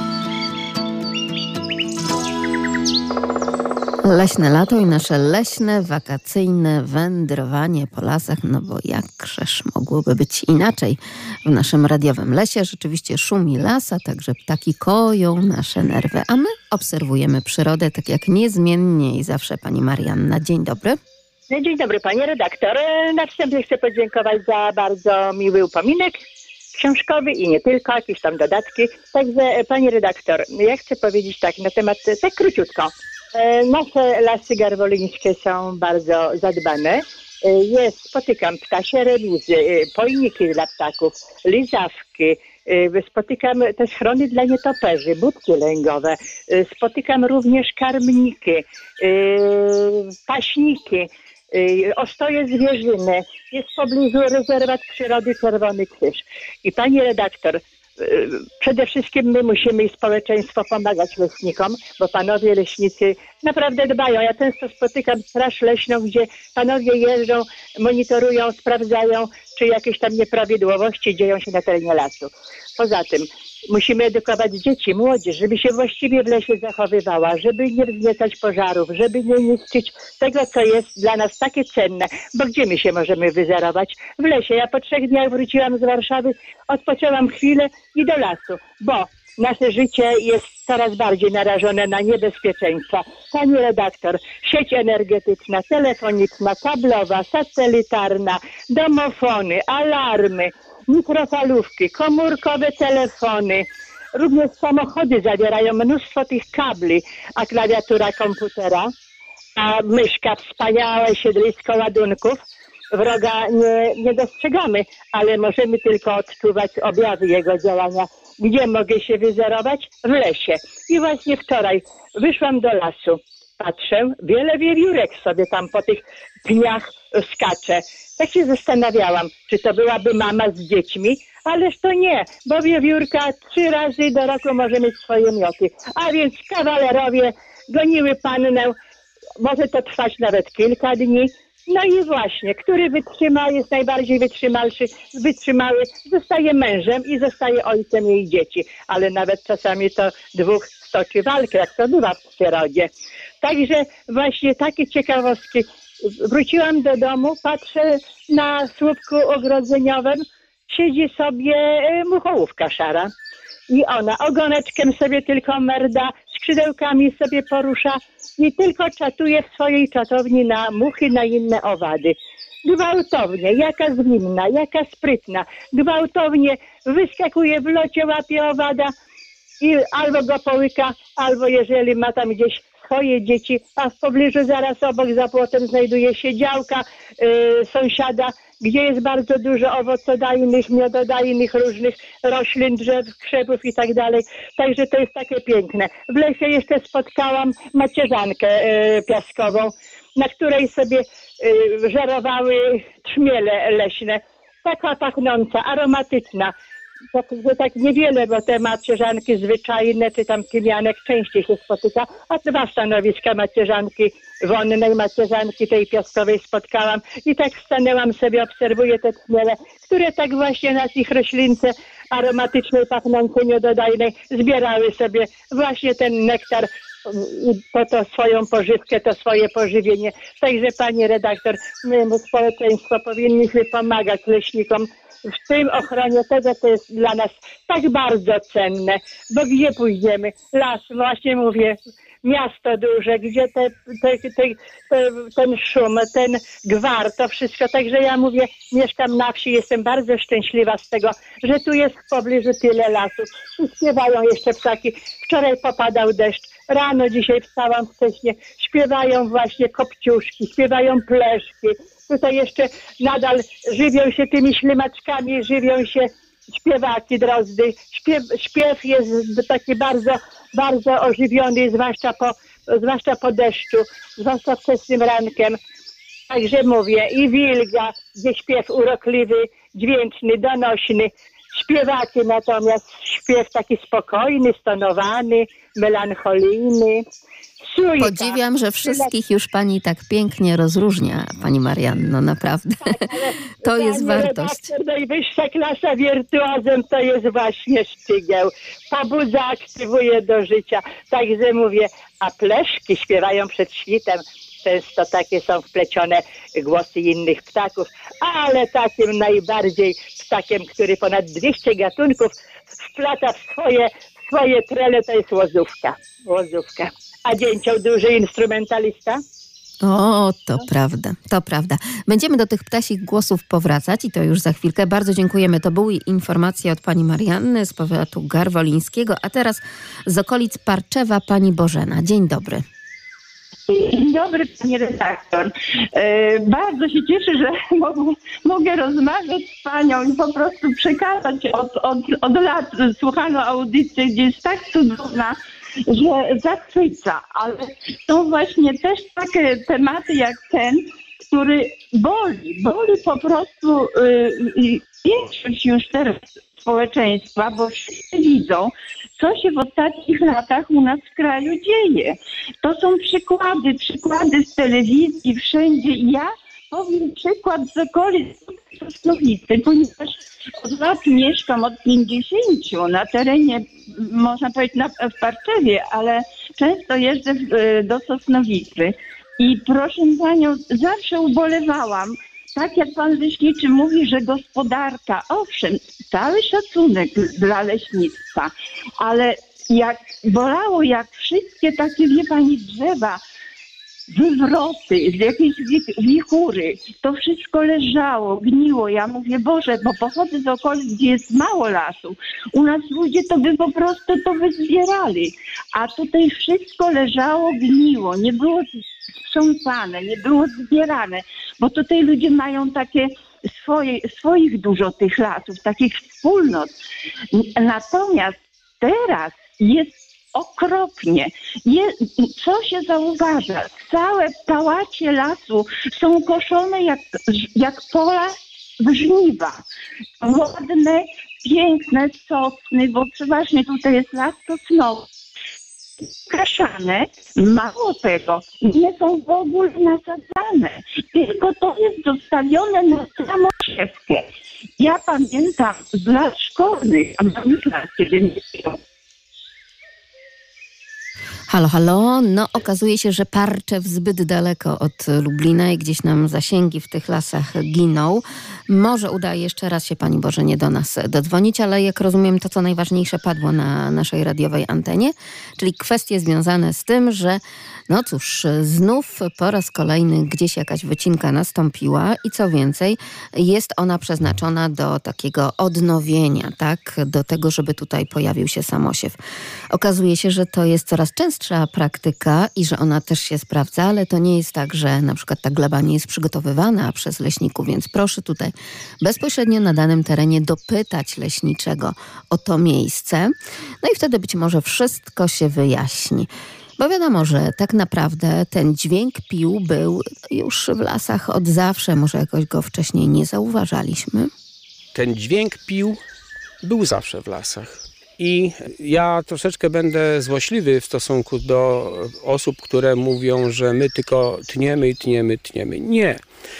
Leśne lato i nasze leśne, wakacyjne wędrowanie po lasach, no bo jakżeż mogłoby być inaczej. W naszym radiowym lesie rzeczywiście szumi las, a także ptaki koją nasze nerwy, a my obserwujemy przyrodę tak jak niezmiennie i zawsze pani Marianna. Dzień dobry. Dzień dobry panie redaktor. Na wstępie chcę podziękować za bardzo miły upominek książkowy i nie tylko, jakieś tam dodatki. Także pani redaktor, ja chcę powiedzieć tak na temat, tak króciutko. Nasze lasy garwolińskie są bardzo zadbane. Spotykam ptasie remizy, pojniki dla ptaków, lizawki, spotykam też schrony dla nietoperzy, budki lęgowe, spotykam również karmniki, paśniki, ostoje zwierzyny. Jest w pobliżu rezerwat przyrody Czerwony Krzyż. I pani redaktor, przede wszystkim my musimy i społeczeństwo pomagać leśnikom, bo panowie leśnicy naprawdę dbają. Ja często spotykam straż leśną, gdzie panowie jeżdżą, monitorują, sprawdzają, czy jakieś tam nieprawidłowości dzieją się na terenie lasu. Poza tym musimy edukować dzieci, młodzież, żeby się właściwie w lesie zachowywała, żeby nie wzniecać pożarów, żeby nie niszczyć tego, co jest dla nas takie cenne. Bo gdzie my się możemy wyzerować? W lesie. Ja po 3 dniach wróciłam z Warszawy, odpoczęłam chwilę i do lasu, bo nasze życie jest coraz bardziej narażone na niebezpieczeństwa. Pani redaktor, sieć energetyczna, telefoniczna, kablowa, satelitarna, domofony, alarmy, mikrofalówki, komórkowe telefony, również samochody zawierają mnóstwo tych kabli, a klawiatura komputera, a myszka, wspaniałe siedlisko ładunków. Wroga nie dostrzegamy, ale możemy tylko odczuwać objawy jego działania. Gdzie mogę się wyzerować? W lesie. I właśnie wczoraj wyszłam do lasu. Patrzę, wiele wiewiórek sobie tam po tych pniach skacze. Tak się zastanawiałam, czy to byłaby mama z dziećmi, ależ to nie, bo wiewiórka 3 razy do roku może mieć swoje mioty. A więc kawalerowie goniły pannę, może to trwać nawet kilka dni. No i właśnie, który wytrzyma, jest najbardziej wytrzymały, zostaje mężem i zostaje ojcem jej dzieci. Ale nawet czasami to 2 stoczy walkę, jak to bywa w przyrodzie. Także właśnie takie ciekawostki. Wróciłam do domu, patrzę na słupku ogrodzeniowym, siedzi sobie muchołówka szara. I ona ogoneczkiem sobie tylko merda, skrzydełkami sobie porusza i tylko czatuje w swojej czatowni na muchy, na inne owady. Gwałtownie, jaka zwinna, jaka sprytna, gwałtownie wyskakuje w locie, łapie owada i albo go połyka, albo jeżeli ma tam gdzieś swoje dzieci, a w pobliżu zaraz obok za płotem znajduje się działka sąsiada, gdzie jest bardzo dużo owocodajnych, miododajnych, różnych roślin, drzew, krzewów i tak dalej. Także to jest takie piękne. W lesie jeszcze spotkałam macierzankę piaskową, na której sobie żerowały trzmiele leśne. Taka pachnąca, aromatyczna. tak niewiele, bo te macierzanki zwyczajne, czy tam tymianek częściej się spotyka, a 2 stanowiska macierzanki wonnej, macierzanki tej piaskowej spotkałam i tak stanęłam sobie, obserwuję te chmiele, które tak właśnie na ich roślince aromatycznej, pachnącej, miododajnej zbierały sobie właśnie ten nektar, to swoją pożywkę, to swoje pożywienie. Także pani redaktor, my społeczeństwo powinniśmy pomagać leśnikom w tym ochronie tego, co jest dla nas tak bardzo cenne, bo gdzie pójdziemy? Las, właśnie mówię, miasto duże, gdzie ten szum, ten gwar, to wszystko. Także ja mówię, mieszkam na wsi, jestem bardzo szczęśliwa z tego, że tu jest w pobliżu tyle lasów. I śpiewają jeszcze ptaki. Wczoraj popadał deszcz, rano dzisiaj wstałam wcześnie, śpiewają właśnie kopciuszki, śpiewają pleszki. Tutaj jeszcze nadal żywią się tymi ślimaczkami, żywią się śpiewaki, drozdy. Śpiew jest taki bardzo, bardzo ożywiony, zwłaszcza po deszczu, zwłaszcza wczesnym rankiem. Także mówię, i wilga, gdzie śpiew urokliwy, dźwięczny, donośny. Śpiewaki natomiast śpiew taki spokojny, stonowany, melancholijny. Sujka. Podziwiam, że wszystkich już pani tak pięknie rozróżnia, pani Marianno, naprawdę. Tak, to jest wartość. Najwyższa klasa wirtuozem to jest właśnie szczygieł. Pobudza, aktywuje do życia. Także mówię, a pleszki śpiewają przed świtem. Często takie są wplecione głosy innych ptaków, ale takim najbardziej ptakiem, który ponad 200 gatunków wplata w swoje trele, to jest łozówka. A dzięcioł duży instrumentalista? O, to prawda, to prawda. Będziemy do tych ptasich głosów powracać i to już za chwilkę. Bardzo dziękujemy. To były informacje od pani Marianny z powiatu garwolińskiego, a teraz z okolic Parczewa pani Bożena. Dzień dobry. Dzień dobry, pani redaktor. Bardzo się cieszę, że mogę rozmawiać z panią i po prostu przekazać od lat słuchaną audycję, gdzie jest tak cudowna, że zachwyca, ale są właśnie też takie tematy jak ten, który boli po prostu większość już teraz społeczeństwa, bo wszyscy widzą, co się w ostatnich latach u nas w kraju dzieje. To są przykłady z telewizji, wszędzie. Ja powiem przykład z okolic Sosnowicy, ponieważ od lat mieszkam od 50 na terenie, można powiedzieć, w Parczewie, ale często jeżdżę do Sosnowicy. I proszę panią, zawsze ubolewałam, tak jak pan leśniczy mówi, że gospodarka, owszem, cały szacunek dla leśnictwa, ale bolało, jak wszystkie takie, wie pani, drzewa, wywroty, jakieś wichury, to wszystko leżało, gniło. Ja mówię, Boże, bo pochodzę z okolic, gdzie jest mało lasu. U nas ludzie to by po prostu to wyzbierali. A tutaj wszystko leżało, gniło. Nie było sprzątane, nie było zbierane. Bo tutaj ludzie mają takie swoich dużo tych lasów, takich wspólnot. Natomiast teraz jest okropnie. Co się zauważa? Całe pałacie lasu są koszone jak pola w żniwa. Ładne, piękne sosny, bo przeważnie tutaj jest las sosnowy. Kraszane, mało tego, nie są w ogóle nasadzane, tylko to jest zostawione na samą siewkę. Ja pamiętam z lat szkolnych, a mam już lat 70. Halo, halo. No okazuje się, że Parczew zbyt daleko od Lublina i gdzieś nam zasięgi w tych lasach giną. Może uda jeszcze raz się pani Bożenie do nas dodzwonić, ale jak rozumiem, to co najważniejsze padło na naszej radiowej antenie, czyli kwestie związane z tym, że no cóż, znów po raz kolejny gdzieś jakaś wycinka nastąpiła i co więcej, jest ona przeznaczona do takiego odnowienia, tak? Do tego, żeby tutaj pojawił się samosiew. Okazuje się, że to jest coraz częstsza praktyka i że ona też się sprawdza, ale to nie jest tak, że na przykład ta gleba nie jest przygotowywana przez leśników, więc proszę tutaj bezpośrednio na danym terenie dopytać leśniczego o to miejsce. No i wtedy być może wszystko się wyjaśni. Bo wiadomo, że tak naprawdę ten dźwięk pił był już w lasach od zawsze. Może jakoś go wcześniej nie zauważaliśmy. Ten dźwięk pił był zawsze w lasach. I ja troszeczkę będę złośliwy w stosunku do osób, które mówią, że my tylko tniemy i tniemy, tniemy. Nie.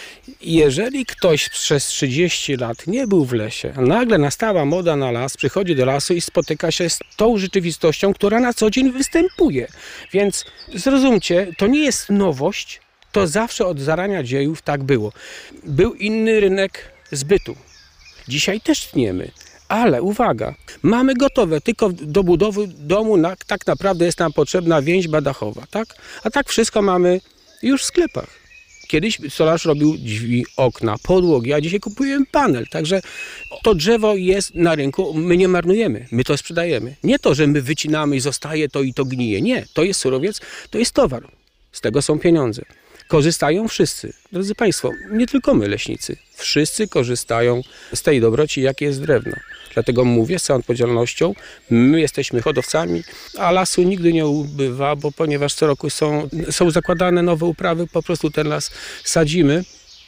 Jeżeli ktoś przez 30 lat nie był w lesie, a nagle nastała moda na las, przychodzi do lasu i spotyka się z tą rzeczywistością, która na co dzień występuje. Więc zrozumcie, to nie jest nowość, to zawsze od zarania dziejów tak było. Był inny rynek zbytu. Dzisiaj też tniemy. Ale uwaga, mamy gotowe, tylko do budowy domu tak naprawdę jest nam potrzebna więźba dachowa, tak? A tak wszystko mamy już w sklepach. Kiedyś stolarz robił drzwi, okna, podłogi, a dzisiaj kupujemy panel. Także to drzewo jest na rynku, my nie marnujemy, my to sprzedajemy. Nie to, że my wycinamy i zostaje to i to gnije. Nie, to jest surowiec, to jest towar. Z tego są pieniądze. Korzystają wszyscy. Drodzy Państwo, nie tylko my, leśnicy. Wszyscy korzystają z tej dobroci, jakie jest drewno. Dlatego mówię z całą odpowiedzialnością, my jesteśmy hodowcami, a lasu nigdy nie ubywa, bo ponieważ co roku są zakładane nowe uprawy, po prostu ten las sadzimy.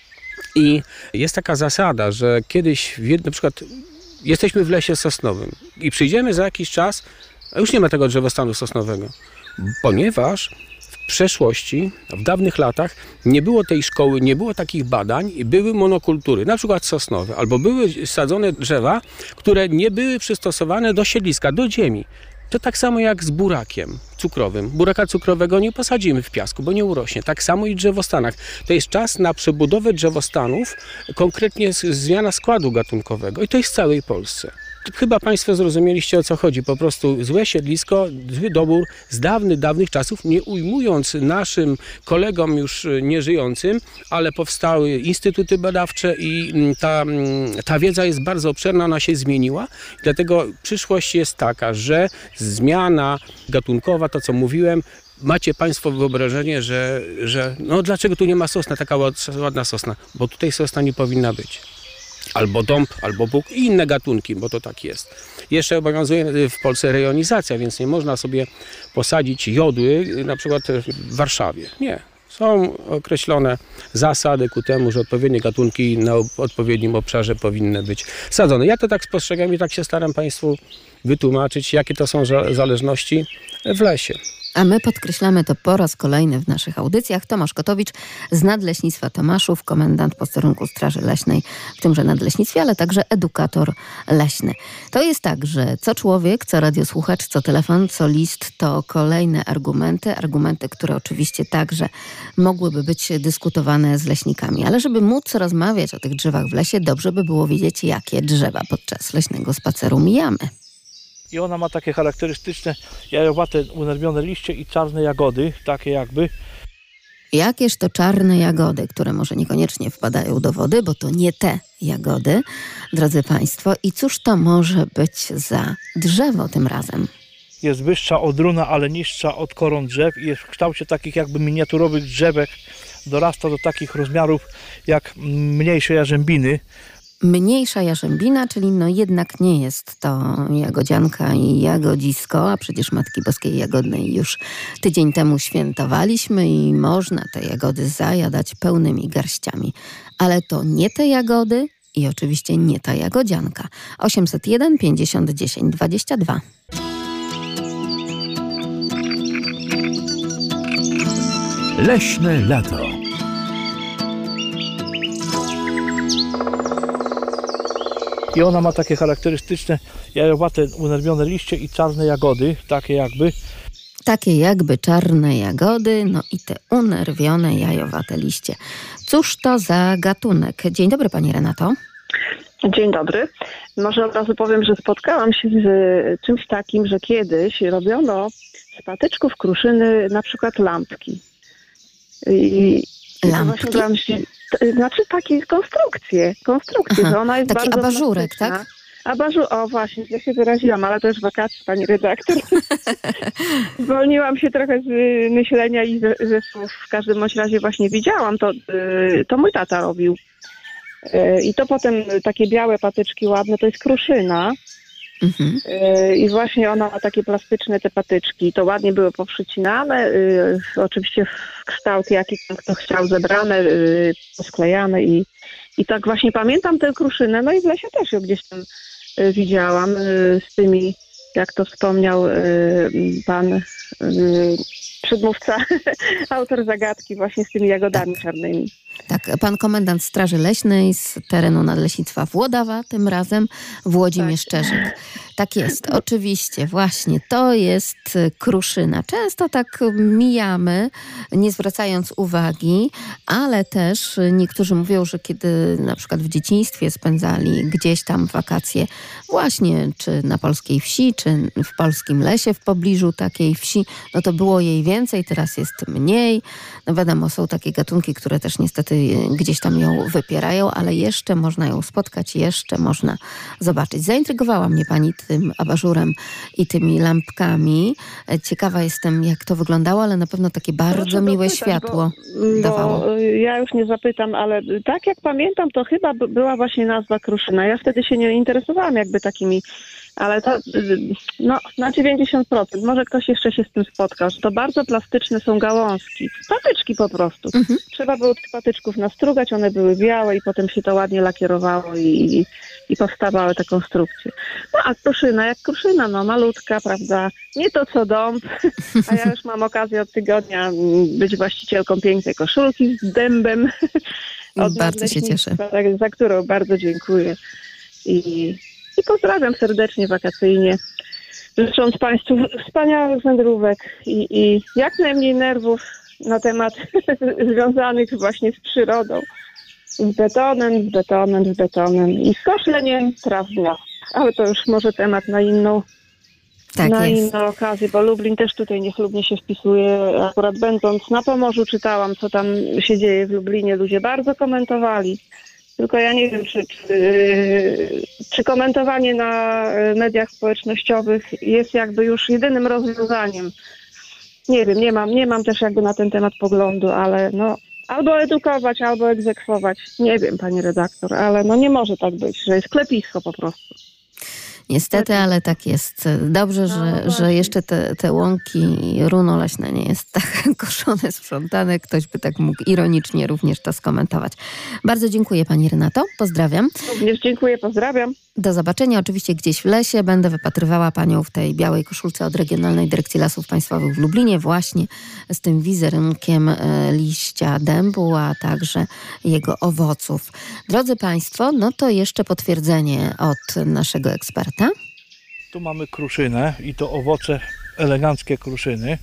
I jest taka zasada, że kiedyś na przykład jesteśmy w lesie sosnowym i przyjdziemy za jakiś czas, a już nie ma tego drzewostanu sosnowego, ponieważ w przeszłości, w dawnych latach nie było tej szkoły, nie było takich badań i były monokultury, na przykład sosnowe, albo były sadzone drzewa, które nie były przystosowane do siedliska, do ziemi. To tak samo jak z burakiem cukrowym. Buraka cukrowego nie posadzimy w piasku, bo nie urośnie. Tak samo i w drzewostanach. To jest czas na przebudowę drzewostanów, konkretnie zmiana składu gatunkowego i to jest w całej Polsce. Chyba Państwo zrozumieliście, o co chodzi. Po prostu złe siedlisko, zły dobór z dawnych czasów, nie ujmując naszym kolegom już nieżyjącym, ale powstały instytuty badawcze i ta wiedza jest bardzo obszerna, ona się zmieniła. Dlatego przyszłość jest taka, że zmiana gatunkowa, to co mówiłem, macie Państwo wyobrażenie, że no dlaczego tu nie ma sosna, taka ładna sosna, bo tutaj sosna nie powinna być. Albo dąb, albo bóg i inne gatunki, bo to tak jest. Jeszcze obowiązuje w Polsce rejonizacja, więc nie można sobie posadzić jodły na przykład w Warszawie. Nie. Są określone zasady ku temu, że odpowiednie gatunki na odpowiednim obszarze powinny być sadzone. Ja to tak spostrzegam i tak się staram Państwu wytłumaczyć, jakie to są zależności w lesie. A my podkreślamy to po raz kolejny w naszych audycjach. Tomasz Kotowicz z Nadleśnictwa Tomaszów, komendant posterunku Straży Leśnej w tymże nadleśnictwie, ale także edukator leśny. To jest tak, że co człowiek, co radiosłuchacz, co telefon, co list, to kolejne argumenty, które oczywiście także mogłyby być dyskutowane z leśnikami. Ale żeby móc rozmawiać o tych drzewach w lesie, dobrze by było wiedzieć, jakie drzewa podczas leśnego spaceru mijamy. I ona ma takie charakterystyczne jajowate, unerwione liście i czarne jagody, takie jakby. Jakież to czarne jagody, które może niekoniecznie wpadają do wody, bo to nie te jagody, drodzy Państwo. I cóż to może być za drzewo tym razem? Jest wyższa od runa, ale niższa od koron drzew i jest w kształcie takich jakby miniaturowych drzewek. Dorasta do takich rozmiarów jak mniejsze jarzębiny. Mniejsza jarzębina, czyli no jednak nie jest to jagodzianka i jagodzisko, a przecież Matki Boskiej Jagodnej już tydzień temu świętowaliśmy i można te jagody zajadać pełnymi garściami. Ale to nie te jagody i oczywiście nie ta jagodzianka. 801 50 10 22. Leśne lato. I ona ma takie charakterystyczne jajowate, unerwione liście i czarne jagody, takie jakby czarne jagody, no i te unerwione, jajowate liście. Cóż to za gatunek? Dzień dobry, Pani Renato. Dzień dobry. Może od razu powiem, że spotkałam się z czymś takim, że kiedyś robiono z patyczków kruszyny na przykład lampki. Lampki? Znaczy takie konstrukcje, że ona jest taki bardzo abażurek, plastyczna. O właśnie, ja się wyraziłam, ale to już wakacje, Pani redaktor. Zwolniłam się trochę z myślenia i ze słów. W każdym bądź razie właśnie widziałam, to mój tata robił. I to potem takie białe patyczki ładne, to jest kruszyna. Mhm. I właśnie ona ma takie plastyczne te patyczki. To ładnie były poprzycinane, oczywiście w kształt jaki kto chciał, zebrane, posklejane i tak właśnie pamiętam tę kruszynę, no i w lesie też ją gdzieś tam widziałam z tymi, jak to wspomniał pan przedmówca, autor zagadki, właśnie z tymi jagodami czarnymi. Tak, pan komendant Straży Leśnej z terenu Nadleśnictwa Włodawa, tym razem Włodzimierz Czerzyk. Tak jest, oczywiście, właśnie, to jest kruszyna. Często tak mijamy, nie zwracając uwagi, ale też niektórzy mówią, że kiedy na przykład w dzieciństwie spędzali gdzieś tam wakacje właśnie czy na polskiej wsi, czy w polskim lesie w pobliżu takiej wsi, no to było jej więcej, teraz jest mniej. No wiadomo, są takie gatunki, które też niestety gdzieś tam ją wypierają, ale jeszcze można ją spotkać, jeszcze można zobaczyć. Zaintrygowała mnie pani tym abażurem i tymi lampkami. Ciekawa jestem, jak to wyglądało, ale na pewno takie bardzo miłe światło dawało. Bo ja już nie zapytam, ale tak jak pamiętam, to chyba była właśnie nazwa kruszyna. Ja wtedy się nie interesowałam jakby takimi, ale to na 90%. Może ktoś jeszcze się z tym spotkał, że to bardzo plastyczne są gałązki. Patyczki po prostu. Trzeba było tych patyczków nastrugać, one były białe i potem się to ładnie lakierowało i powstawały te konstrukcje. No a kruszyna jak kruszyna, no malutka, prawda? Nie to co dąb, a ja już mam okazję od tygodnia być właścicielką pięknej koszulki z dębem. Bardzo się cieszę. Za którą bardzo dziękuję. I pozdrawiam serdecznie wakacyjnie, życząc Państwu wspaniałych wędrówek i jak najmniej nerwów na temat związanych właśnie z przyrodą, z betonem i z koszleniem traw w miastach. Ale to już może temat na inną okazję, bo Lublin też tutaj niechlubnie się wpisuje. Akurat będąc na Pomorzu czytałam, co tam się dzieje w Lublinie. Ludzie bardzo komentowali. Tylko ja nie wiem, czy komentowanie na mediach społecznościowych jest jakby już jedynym rozwiązaniem. Nie wiem, nie mam też jakby na ten temat poglądu, ale no albo edukować, albo egzekwować. Nie wiem, pani redaktor, ale no nie może tak być, że jest klepisko po prostu. Niestety, ale tak jest. Dobrze, że jeszcze te łąki i runo leśne nie jest tak koszone, sprzątane. Ktoś by tak mógł ironicznie również to skomentować. Bardzo dziękuję pani Renato. Pozdrawiam. Również dziękuję, pozdrawiam. Do zobaczenia oczywiście gdzieś w lesie. Będę wypatrywała panią w tej białej koszulce od Regionalnej Dyrekcji Lasów Państwowych w Lublinie właśnie z tym wizerunkiem liścia dębu, a także jego owoców. Drodzy państwo, no to jeszcze potwierdzenie od naszego eksperta. Tu mamy kruszynę i to owoce eleganckie kruszyny.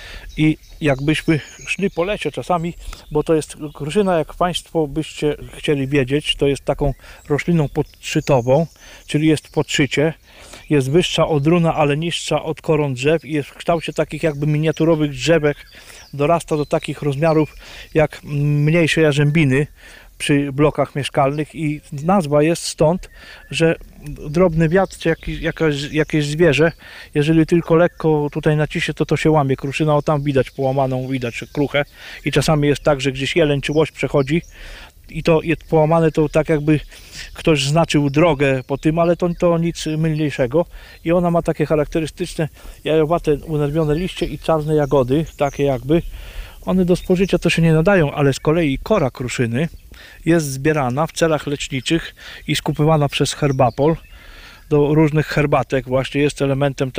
I jakbyśmy szli po lesie czasami, bo to jest kruszyna, jak państwo byście chcieli wiedzieć, to jest taką rośliną podszczytową, czyli jest podszycie, jest wyższa od runa, ale niższa od koron drzew i jest w kształcie takich jakby miniaturowych drzewek, dorasta do takich rozmiarów jak mniejsze jarzębiny przy blokach mieszkalnych i nazwa jest stąd, że drobny wiatr czy jakieś zwierzę, jeżeli tylko lekko tutaj naciśnie, to się łamie. Kruszyna, o tam widać połamaną, widać kruchę i czasami jest tak, że gdzieś jeleń czy łoś przechodzi i to jest połamane, to tak jakby ktoś znaczył drogę po tym, ale to nic mylniejszego i ona ma takie charakterystyczne jajowate, unerwione liście i czarne jagody, takie jakby. One do spożycia to się nie nadają, ale z kolei kora kruszyny jest zbierana w celach leczniczych i skupywana przez herbapol do różnych herbatek. Właśnie jest elementem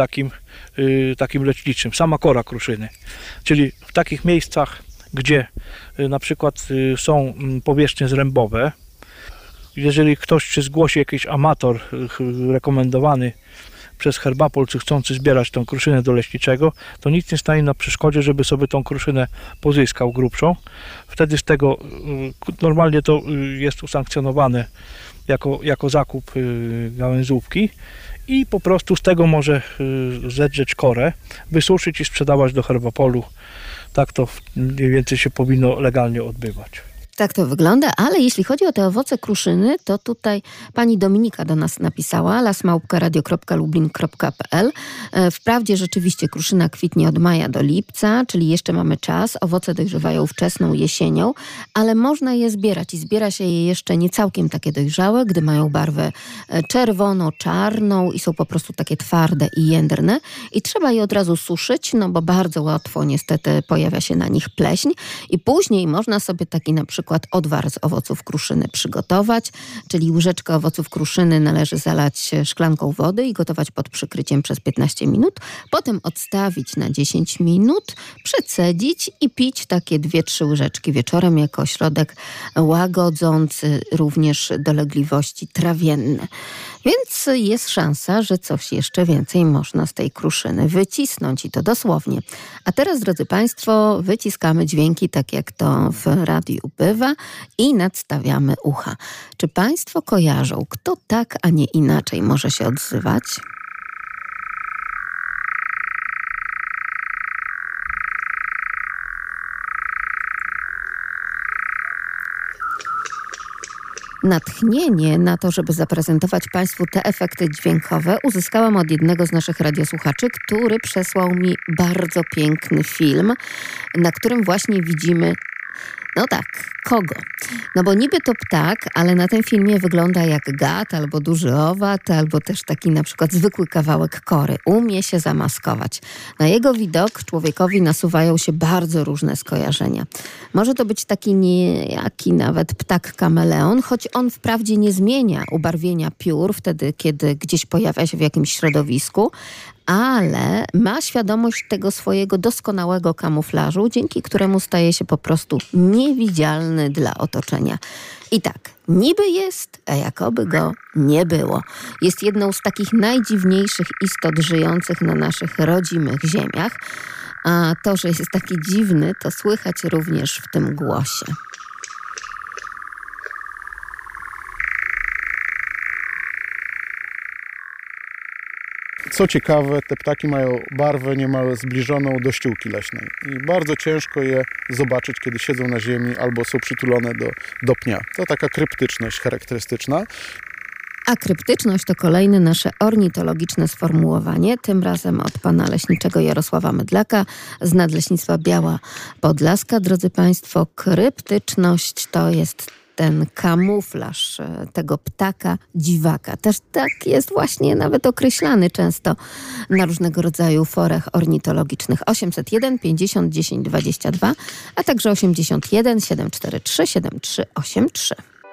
takim leczniczym. Sama kora kruszyny. Czyli w takich miejscach, gdzie na przykład są powierzchnie zrębowe, jeżeli ktoś się zgłosi, jakiś amator rekomendowany przez herbapol, czy chcący zbierać tą kruszynę do leśniczego, to nic nie stanie na przeszkodzie, żeby sobie tą kruszynę pozyskał grubszą. Wtedy z tego normalnie to jest usankcjonowane jako zakup gałęzówki i po prostu z tego może zedrzeć korę, wysuszyć i sprzedawać do herbapolu. Tak to mniej więcej się powinno legalnie odbywać. Tak to wygląda, ale jeśli chodzi o te owoce kruszyny, to tutaj pani Dominika do nas napisała lasmałpka.radio.lublin.pl. Wprawdzie rzeczywiście kruszyna kwitnie od maja do lipca, czyli jeszcze mamy czas. Owoce dojrzewają wczesną jesienią, ale można je zbierać i zbiera się je jeszcze nie całkiem takie dojrzałe, gdy mają barwę czerwono-czarną i są po prostu takie twarde i jędrne i trzeba je od razu suszyć, no bo bardzo łatwo niestety pojawia się na nich pleśń i później można sobie taki na przykład przykład odwar z owoców kruszyny przygotować, czyli łyżeczkę owoców kruszyny należy zalać szklanką wody i gotować pod przykryciem przez 15 minut. Potem odstawić na 10 minut, przecedzić i pić takie 2-3 łyżeczki wieczorem jako środek łagodzący również dolegliwości trawienne. Więc jest szansa, że coś jeszcze więcej można z tej kruszyny wycisnąć i to dosłownie. A teraz, drodzy Państwo, wyciskamy dźwięki, tak jak to w radiu bywa i nadstawiamy ucha. Czy Państwo kojarzą, kto tak, a nie inaczej może się odzywać? Natchnienie na to, żeby zaprezentować Państwu te efekty dźwiękowe, uzyskałam od jednego z naszych radiosłuchaczy, który przesłał mi bardzo piękny film, na którym właśnie widzimy, no tak, kogo? No bo niby to ptak, ale na tym filmie wygląda jak gad, albo duży owad, albo też taki na przykład zwykły kawałek kory. Umie się zamaskować. Na jego widok człowiekowi nasuwają się bardzo różne skojarzenia. Może to być taki niejaki nawet ptak kameleon, choć on wprawdzie nie zmienia ubarwienia piór wtedy, kiedy gdzieś pojawia się w jakimś środowisku, ale ma świadomość tego swojego doskonałego kamuflażu, dzięki któremu staje się po prostu niewidzialny dla otoczenia. I tak, niby jest, a jakoby go nie było. Jest jedną z takich najdziwniejszych istot żyjących na naszych rodzimych ziemiach, a to, że jest taki dziwny, to słychać również w tym głosie. Co ciekawe, te ptaki mają barwę niemal zbliżoną do ściółki leśnej i bardzo ciężko je zobaczyć, kiedy siedzą na ziemi albo są przytulone do pnia. To taka kryptyczność charakterystyczna. A kryptyczność to kolejne nasze ornitologiczne sformułowanie, tym razem od pana leśniczego Jarosława Mydlaka z Nadleśnictwa Biała Podlaska. Drodzy Państwo, kryptyczność to jest ten kamuflaż tego ptaka dziwaka. Też tak jest właśnie nawet określany często na różnego rodzaju forach ornitologicznych. 801 50 10 22, a także 81 743 7383.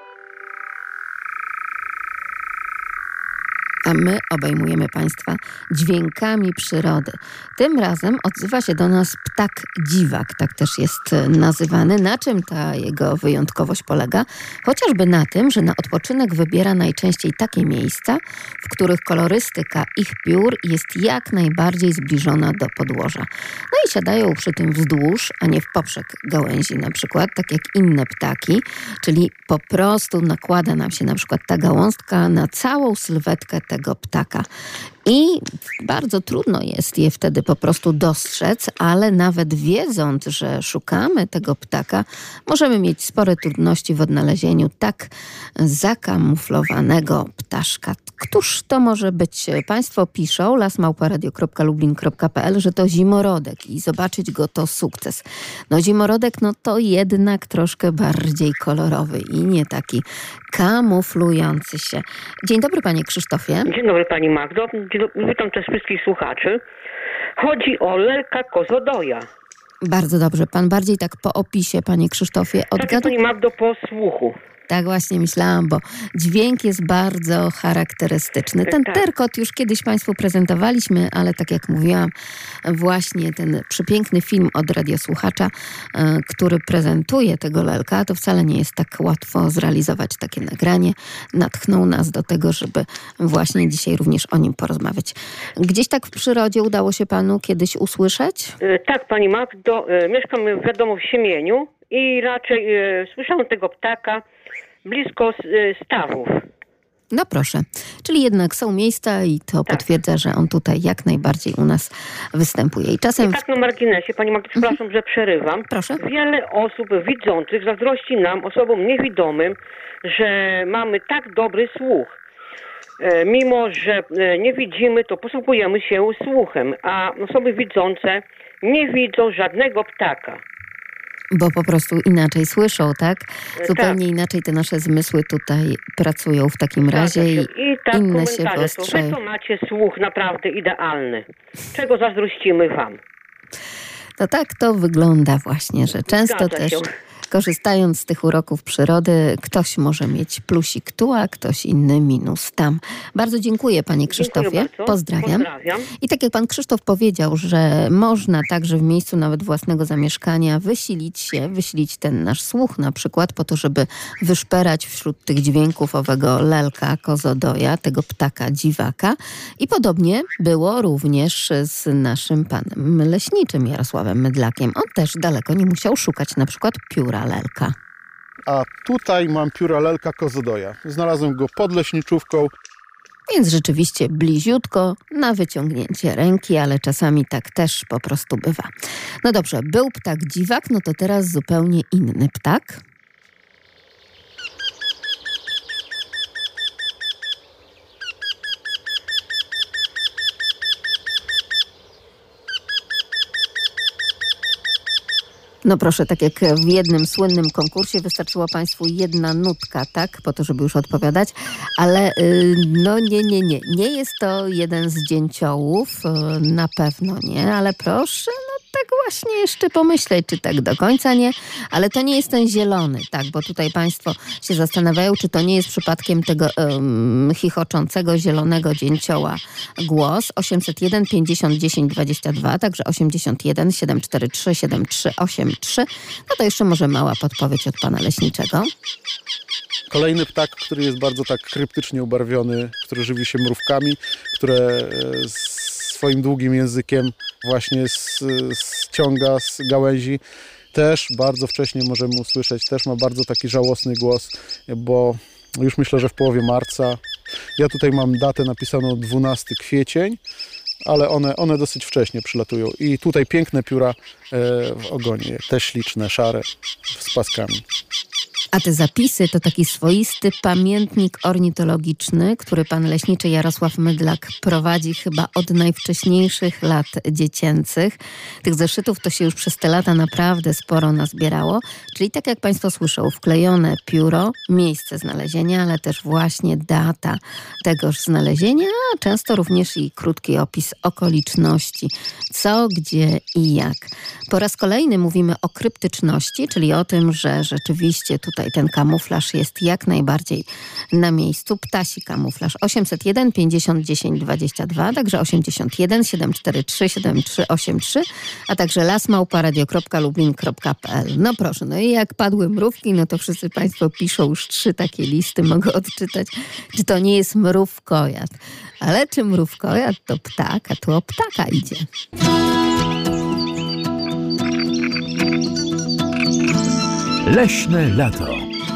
A my obejmujemy Państwa dźwiękami przyrody. Tym razem odzywa się do nas ptak dziwak, tak też jest nazywany. Na czym ta jego wyjątkowość polega? Chociażby na tym, że na odpoczynek wybiera najczęściej takie miejsca, w których kolorystyka ich piór jest jak najbardziej zbliżona do podłoża. No i siadają przy tym wzdłuż, a nie w poprzek gałęzi na przykład, tak jak inne ptaki, czyli po prostu nakłada nam się na przykład ta gałązka na całą sylwetkę tego ptaka. I bardzo trudno jest je wtedy po prostu dostrzec, ale nawet wiedząc, że szukamy tego ptaka, możemy mieć spore trudności w odnalezieniu tak zakamuflowanego ptaszka. Któż to może być? Państwo piszą, lasmałparadio.lublin.pl, że to zimorodek i zobaczyć go to sukces. No zimorodek, no to jednak troszkę bardziej kolorowy i nie taki kamuflujący się. Dzień dobry, panie Krzysztofie. Dzień dobry, pani Magdo. Witam też wszystkich słuchaczy. Chodzi o lelka kozodoja. Bardzo dobrze. Pan bardziej tak po opisie, panie Krzysztofie, Tak, pani Magdo, po słuchu. Tak właśnie myślałam, bo dźwięk jest bardzo charakterystyczny. Ten terkot już kiedyś Państwu prezentowaliśmy, ale tak jak mówiłam, właśnie ten przepiękny film od radiosłuchacza, który prezentuje tego lelka, to wcale nie jest tak łatwo zrealizować takie nagranie. Natchnął nas do tego, żeby właśnie dzisiaj również o nim porozmawiać. Gdzieś tak w przyrodzie udało się Panu kiedyś usłyszeć? Tak, pani Magdo. Mieszkam wiadomo w Siemieniu i raczej słyszałam tego ptaka blisko stawów. No proszę. Czyli jednak są miejsca i to potwierdza, że on tutaj jak najbardziej u nas występuje. I czasem... I tak na marginesie, pani Magdo, przepraszam, że przerywam. Proszę. Wiele osób widzących zazdrości nam, osobom niewidomym, że mamy tak dobry słuch. Mimo że nie widzimy, to posługujemy się słuchem, a osoby widzące nie widzą żadnego ptaka. Bo po prostu inaczej słyszą, tak? Zupełnie inaczej te nasze zmysły tutaj pracują w takim razie i tak inne się wyostrzają. Wy to macie słuch naprawdę idealny. Czego zazdrościmy wam? To tak to wygląda właśnie, że często też korzystając z tych uroków przyrody, ktoś może mieć plusik tu, a ktoś inny minus tam. Bardzo dziękuję, panie Krzysztofie. Pozdrawiam. I tak jak pan Krzysztof powiedział, że można także w miejscu nawet własnego zamieszkania wysilić ten nasz słuch na przykład po to, żeby wyszperać wśród tych dźwięków owego lelka, kozodoja, tego ptaka dziwaka. I podobnie było również z naszym panem leśniczym Jarosławem Mydlakiem. On też daleko nie musiał szukać na przykład pióra lelka. A tutaj mam pióra lelka kozodoja. Znalazłem go pod leśniczówką. Więc rzeczywiście bliziutko, na wyciągnięcie ręki, ale czasami tak też po prostu bywa. No dobrze, był ptak dziwak, no to teraz zupełnie inny ptak. No proszę, tak jak w jednym słynnym konkursie wystarczyła państwu jedna nutka, tak? Po to, żeby już odpowiadać. Ale no nie. Nie jest to jeden z dzięciołów, na pewno nie, ale proszę, no tak właśnie jeszcze pomyśleć, czy tak do końca nie. Ale to nie jest ten zielony, tak? Bo tutaj państwo się zastanawiają, czy to nie jest przypadkiem tego chichoczącego zielonego dzięcioła głos. 801 50 10 22, także 81 743 7383. No to jeszcze może mała podpowiedź od pana leśniczego. Kolejny ptak, który jest bardzo tak kryptycznie ubarwiony, który żywi się mrówkami, które swoim długim językiem właśnie ściąga z gałęzi. Też bardzo wcześnie możemy usłyszeć, też ma bardzo taki żałosny głos, bo już myślę, że w połowie marca. Ja tutaj mam datę napisaną 12 kwiecień, ale one dosyć wcześnie przylatują. I tutaj piękne pióra w ogonie, też śliczne, szare, z paskami. A te zapisy to taki swoisty pamiętnik ornitologiczny, który pan leśniczy Jarosław Mydlak prowadzi chyba od najwcześniejszych lat dziecięcych. Tych zeszytów to się już przez te lata naprawdę sporo nazbierało. Czyli tak jak państwo słyszą, wklejone pióro, miejsce znalezienia, ale też właśnie data tegoż znalezienia, a często również i krótki opis okoliczności. Co, gdzie i jak. Po raz kolejny mówimy o kryptyczności, czyli o tym, że rzeczywiście tutaj ten kamuflaż jest jak najbardziej na miejscu. Ptasi kamuflaż 801 50 10 22, także 81 743 7383, a także lasmałpa.radio.lublin.pl. No proszę, no i jak padły mrówki, no to wszyscy państwo piszą już 3 takie listy, mogę odczytać, czy to nie jest mrówkojad. Ale czy mrówkojad to ptak, a tu o ptaka idzie. Leśne lato.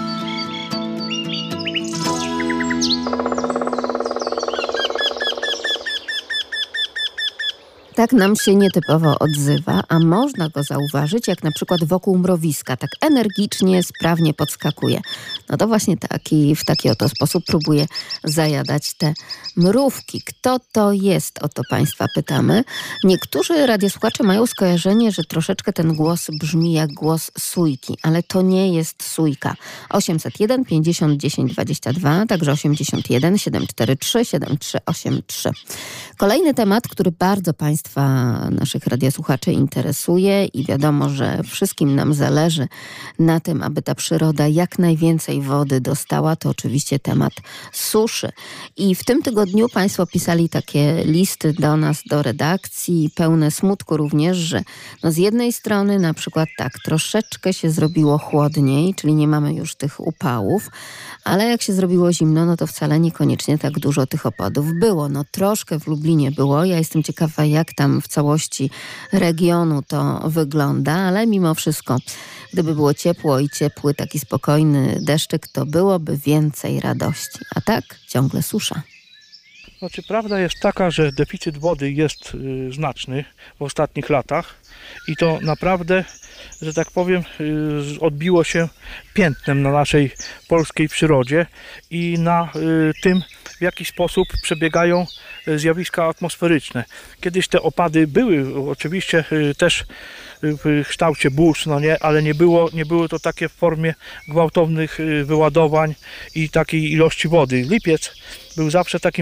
Tak nam się nietypowo odzywa, a można go zauważyć, jak na przykład wokół mrowiska, tak energicznie, sprawnie podskakuje. No to właśnie w taki oto sposób próbuje zajadać te mrówki. Kto to jest? O to państwa pytamy. Niektórzy radiosłuchacze mają skojarzenie, że troszeczkę ten głos brzmi jak głos sójki, ale to nie jest sójka. 801 50 10 22, także 81 743 7383. Kolejny temat, który bardzo państwa naszych radiosłuchaczy interesuje i wiadomo, że wszystkim nam zależy na tym, aby ta przyroda jak najwięcej wody dostała, to oczywiście temat suszy. I w tym tygodniu państwo pisali takie listy do nas, do redakcji, pełne smutku również, że no z jednej strony na przykład tak, troszeczkę się zrobiło chłodniej, czyli nie mamy już tych upałów, ale jak się zrobiło zimno, no to wcale niekoniecznie tak dużo tych opadów było. No troszkę w Lublinie było. Ja jestem ciekawa, jak tam w całości regionu to wygląda, ale mimo wszystko, gdyby było ciepło i ciepły, taki spokojny deszczyk, to byłoby więcej radości. A tak ciągle susza. Znaczy, prawda jest taka, że deficyt wody jest znaczny w ostatnich latach i to naprawdę, że tak powiem, odbiło się piętnem na naszej polskiej przyrodzie i na tym, w jaki sposób przebiegają zjawiska atmosferyczne. Kiedyś te opady były oczywiście też w kształcie burz, no nie, ale nie było to takie w formie gwałtownych wyładowań i takiej ilości wody. Lipiec był zawsze takim miesiącem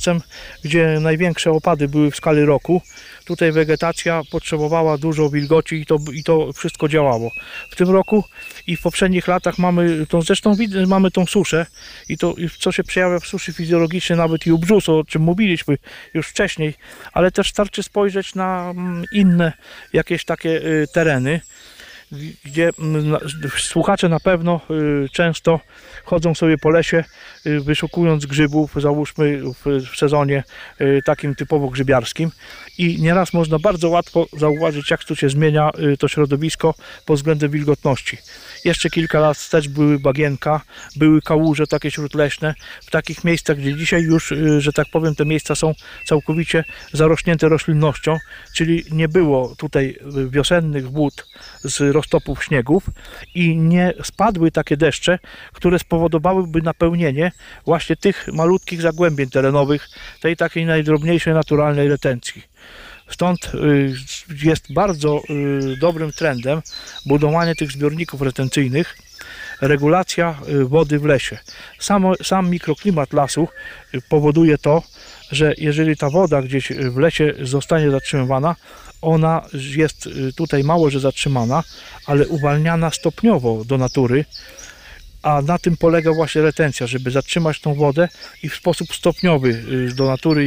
czerwcem, gdzie największe opady były w skali roku. Tutaj wegetacja potrzebowała dużo wilgoci i to wszystko działało. W tym roku i w poprzednich latach mamy tą suszę i to, co się przejawia w suszy fizjologicznej, nawet i u brzusu, o czym mówiliśmy już wcześniej, ale też starczy spojrzeć na inne jakieś takie tereny, gdzie słuchacze na pewno często chodzą sobie po lesie, wyszukując grzybów, załóżmy w sezonie takim typowo grzybiarskim, i nieraz można bardzo łatwo zauważyć, jak tu się zmienia to środowisko pod względem wilgotności. Jeszcze kilka lat wstecz były bagienka, były kałuże takie śródleśne, w takich miejscach, gdzie dzisiaj już, że tak powiem, te miejsca są całkowicie zarośnięte roślinnością, czyli nie było tutaj wiosennych wód z roztopów śniegów i nie spadły takie deszcze, które spowodowałyby napełnienie właśnie tych malutkich zagłębień terenowych, tej takiej najdrobniejszej naturalnej retencji. Stąd jest bardzo dobrym trendem budowanie tych zbiorników retencyjnych, regulacja wody w lesie. Sam mikroklimat lasu powoduje to, że jeżeli ta woda gdzieś w lesie zostanie zatrzymywana, ona jest tutaj mało że zatrzymana, ale uwalniana stopniowo do natury, a na tym polega właśnie retencja, żeby zatrzymać tą wodę i w sposób stopniowy do natury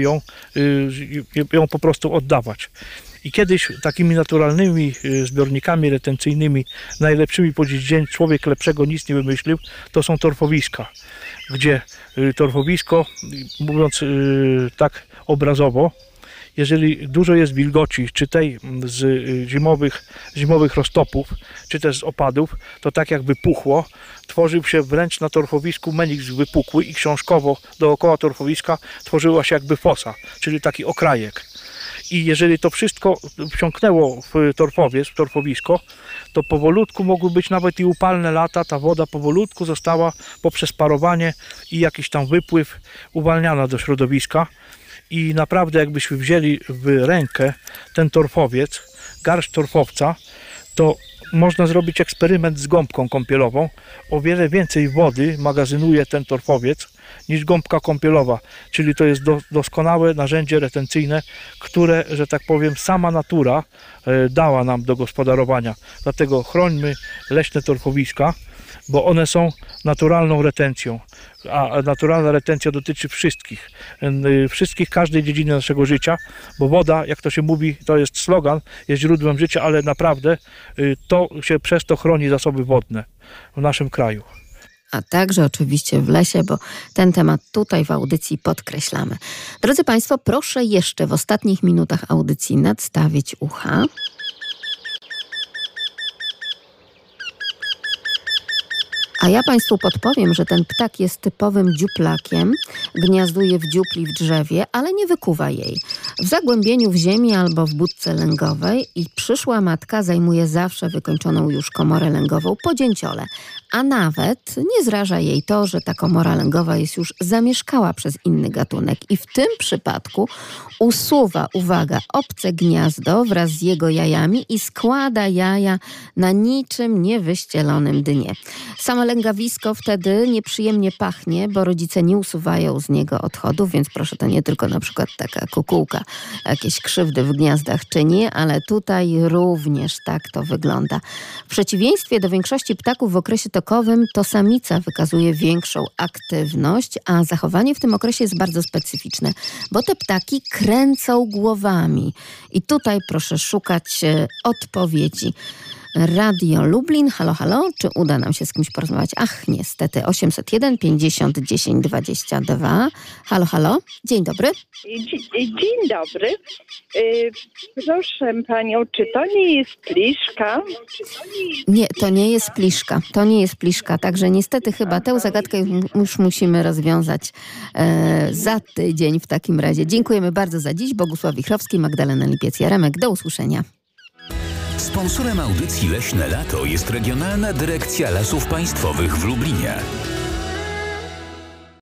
ją po prostu oddawać. I kiedyś takimi naturalnymi zbiornikami retencyjnymi, najlepszymi po dziś dzień, człowiek lepszego nic nie wymyślił, to są torfowiska, gdzie torfowisko, mówiąc tak obrazowo, jeżeli dużo jest wilgoci, czy tej z zimowych roztopów, czy też z opadów, to tak jakby puchło, tworzył się wręcz na torfowisku meniks wypukły i książkowo dookoła torfowiska tworzyła się jakby fosa, czyli taki okrajek. I jeżeli to wszystko wsiąknęło w torfowisko, to powolutku mogły być nawet i upalne lata, ta woda powolutku została poprzez parowanie i jakiś tam wypływ uwalniana do środowiska. I naprawdę jakbyśmy wzięli w rękę ten torfowiec, garść torfowca, to można zrobić eksperyment z gąbką kąpielową. O wiele więcej wody magazynuje ten torfowiec niż gąbka kąpielowa, czyli to jest doskonałe narzędzie retencyjne, które, że tak powiem, sama natura dała nam do gospodarowania. Dlatego chrońmy leśne torfowiska, bo one są naturalną retencją, a naturalna retencja dotyczy wszystkich, każdej dziedziny naszego życia, bo woda, jak to się mówi, to jest slogan, jest źródłem życia, ale naprawdę to się przez to chroni zasoby wodne w naszym kraju. A także oczywiście w lesie, bo ten temat tutaj w audycji podkreślamy. Drodzy Państwo, proszę jeszcze w ostatnich minutach audycji nadstawić ucha. A ja Państwu podpowiem, że ten ptak jest typowym dziuplakiem, gniazduje w dziupli w drzewie, ale nie wykuwa jej. W zagłębieniu w ziemi albo w budce lęgowej i przyszła matka zajmuje zawsze wykończoną już komorę lęgową po dzięciole. A nawet nie zraża jej to, że ta komora lęgowa jest już zamieszkała przez inny gatunek i w tym przypadku usuwa, uwaga, obce gniazdo wraz z jego jajami i składa jaja na niczym niewyścielonym dnie. Samo lęgawisko wtedy nieprzyjemnie pachnie, bo rodzice nie usuwają z niego odchodów, więc proszę, to nie tylko na przykład taka kukułka jakieś krzywdy w gniazdach czyni, ale tutaj również tak to wygląda. W przeciwieństwie do większości ptaków w okresie tokowym to samica wykazuje większą aktywność, a zachowanie w tym okresie jest bardzo specyficzne, bo te ptaki kręcą głowami. I tutaj proszę szukać odpowiedzi. Radio Lublin, halo, halo, czy uda nam się z kimś porozmawiać? Ach, niestety, 801 50 10 22. Halo, halo, dzień dobry. Dzień dobry. Proszę Panią, czy to nie jest pliszka? Nie, to nie jest pliszka. To nie jest pliszka, także niestety chyba tę zagadkę już musimy rozwiązać za tydzień w takim razie. Dziękujemy bardzo za dziś. Bogusław Wichrowski, Magdalena Lipiec-Jaremek. Do usłyszenia. Sponsorem audycji Leśne Lato jest Regionalna Dyrekcja Lasów Państwowych w Lublinie.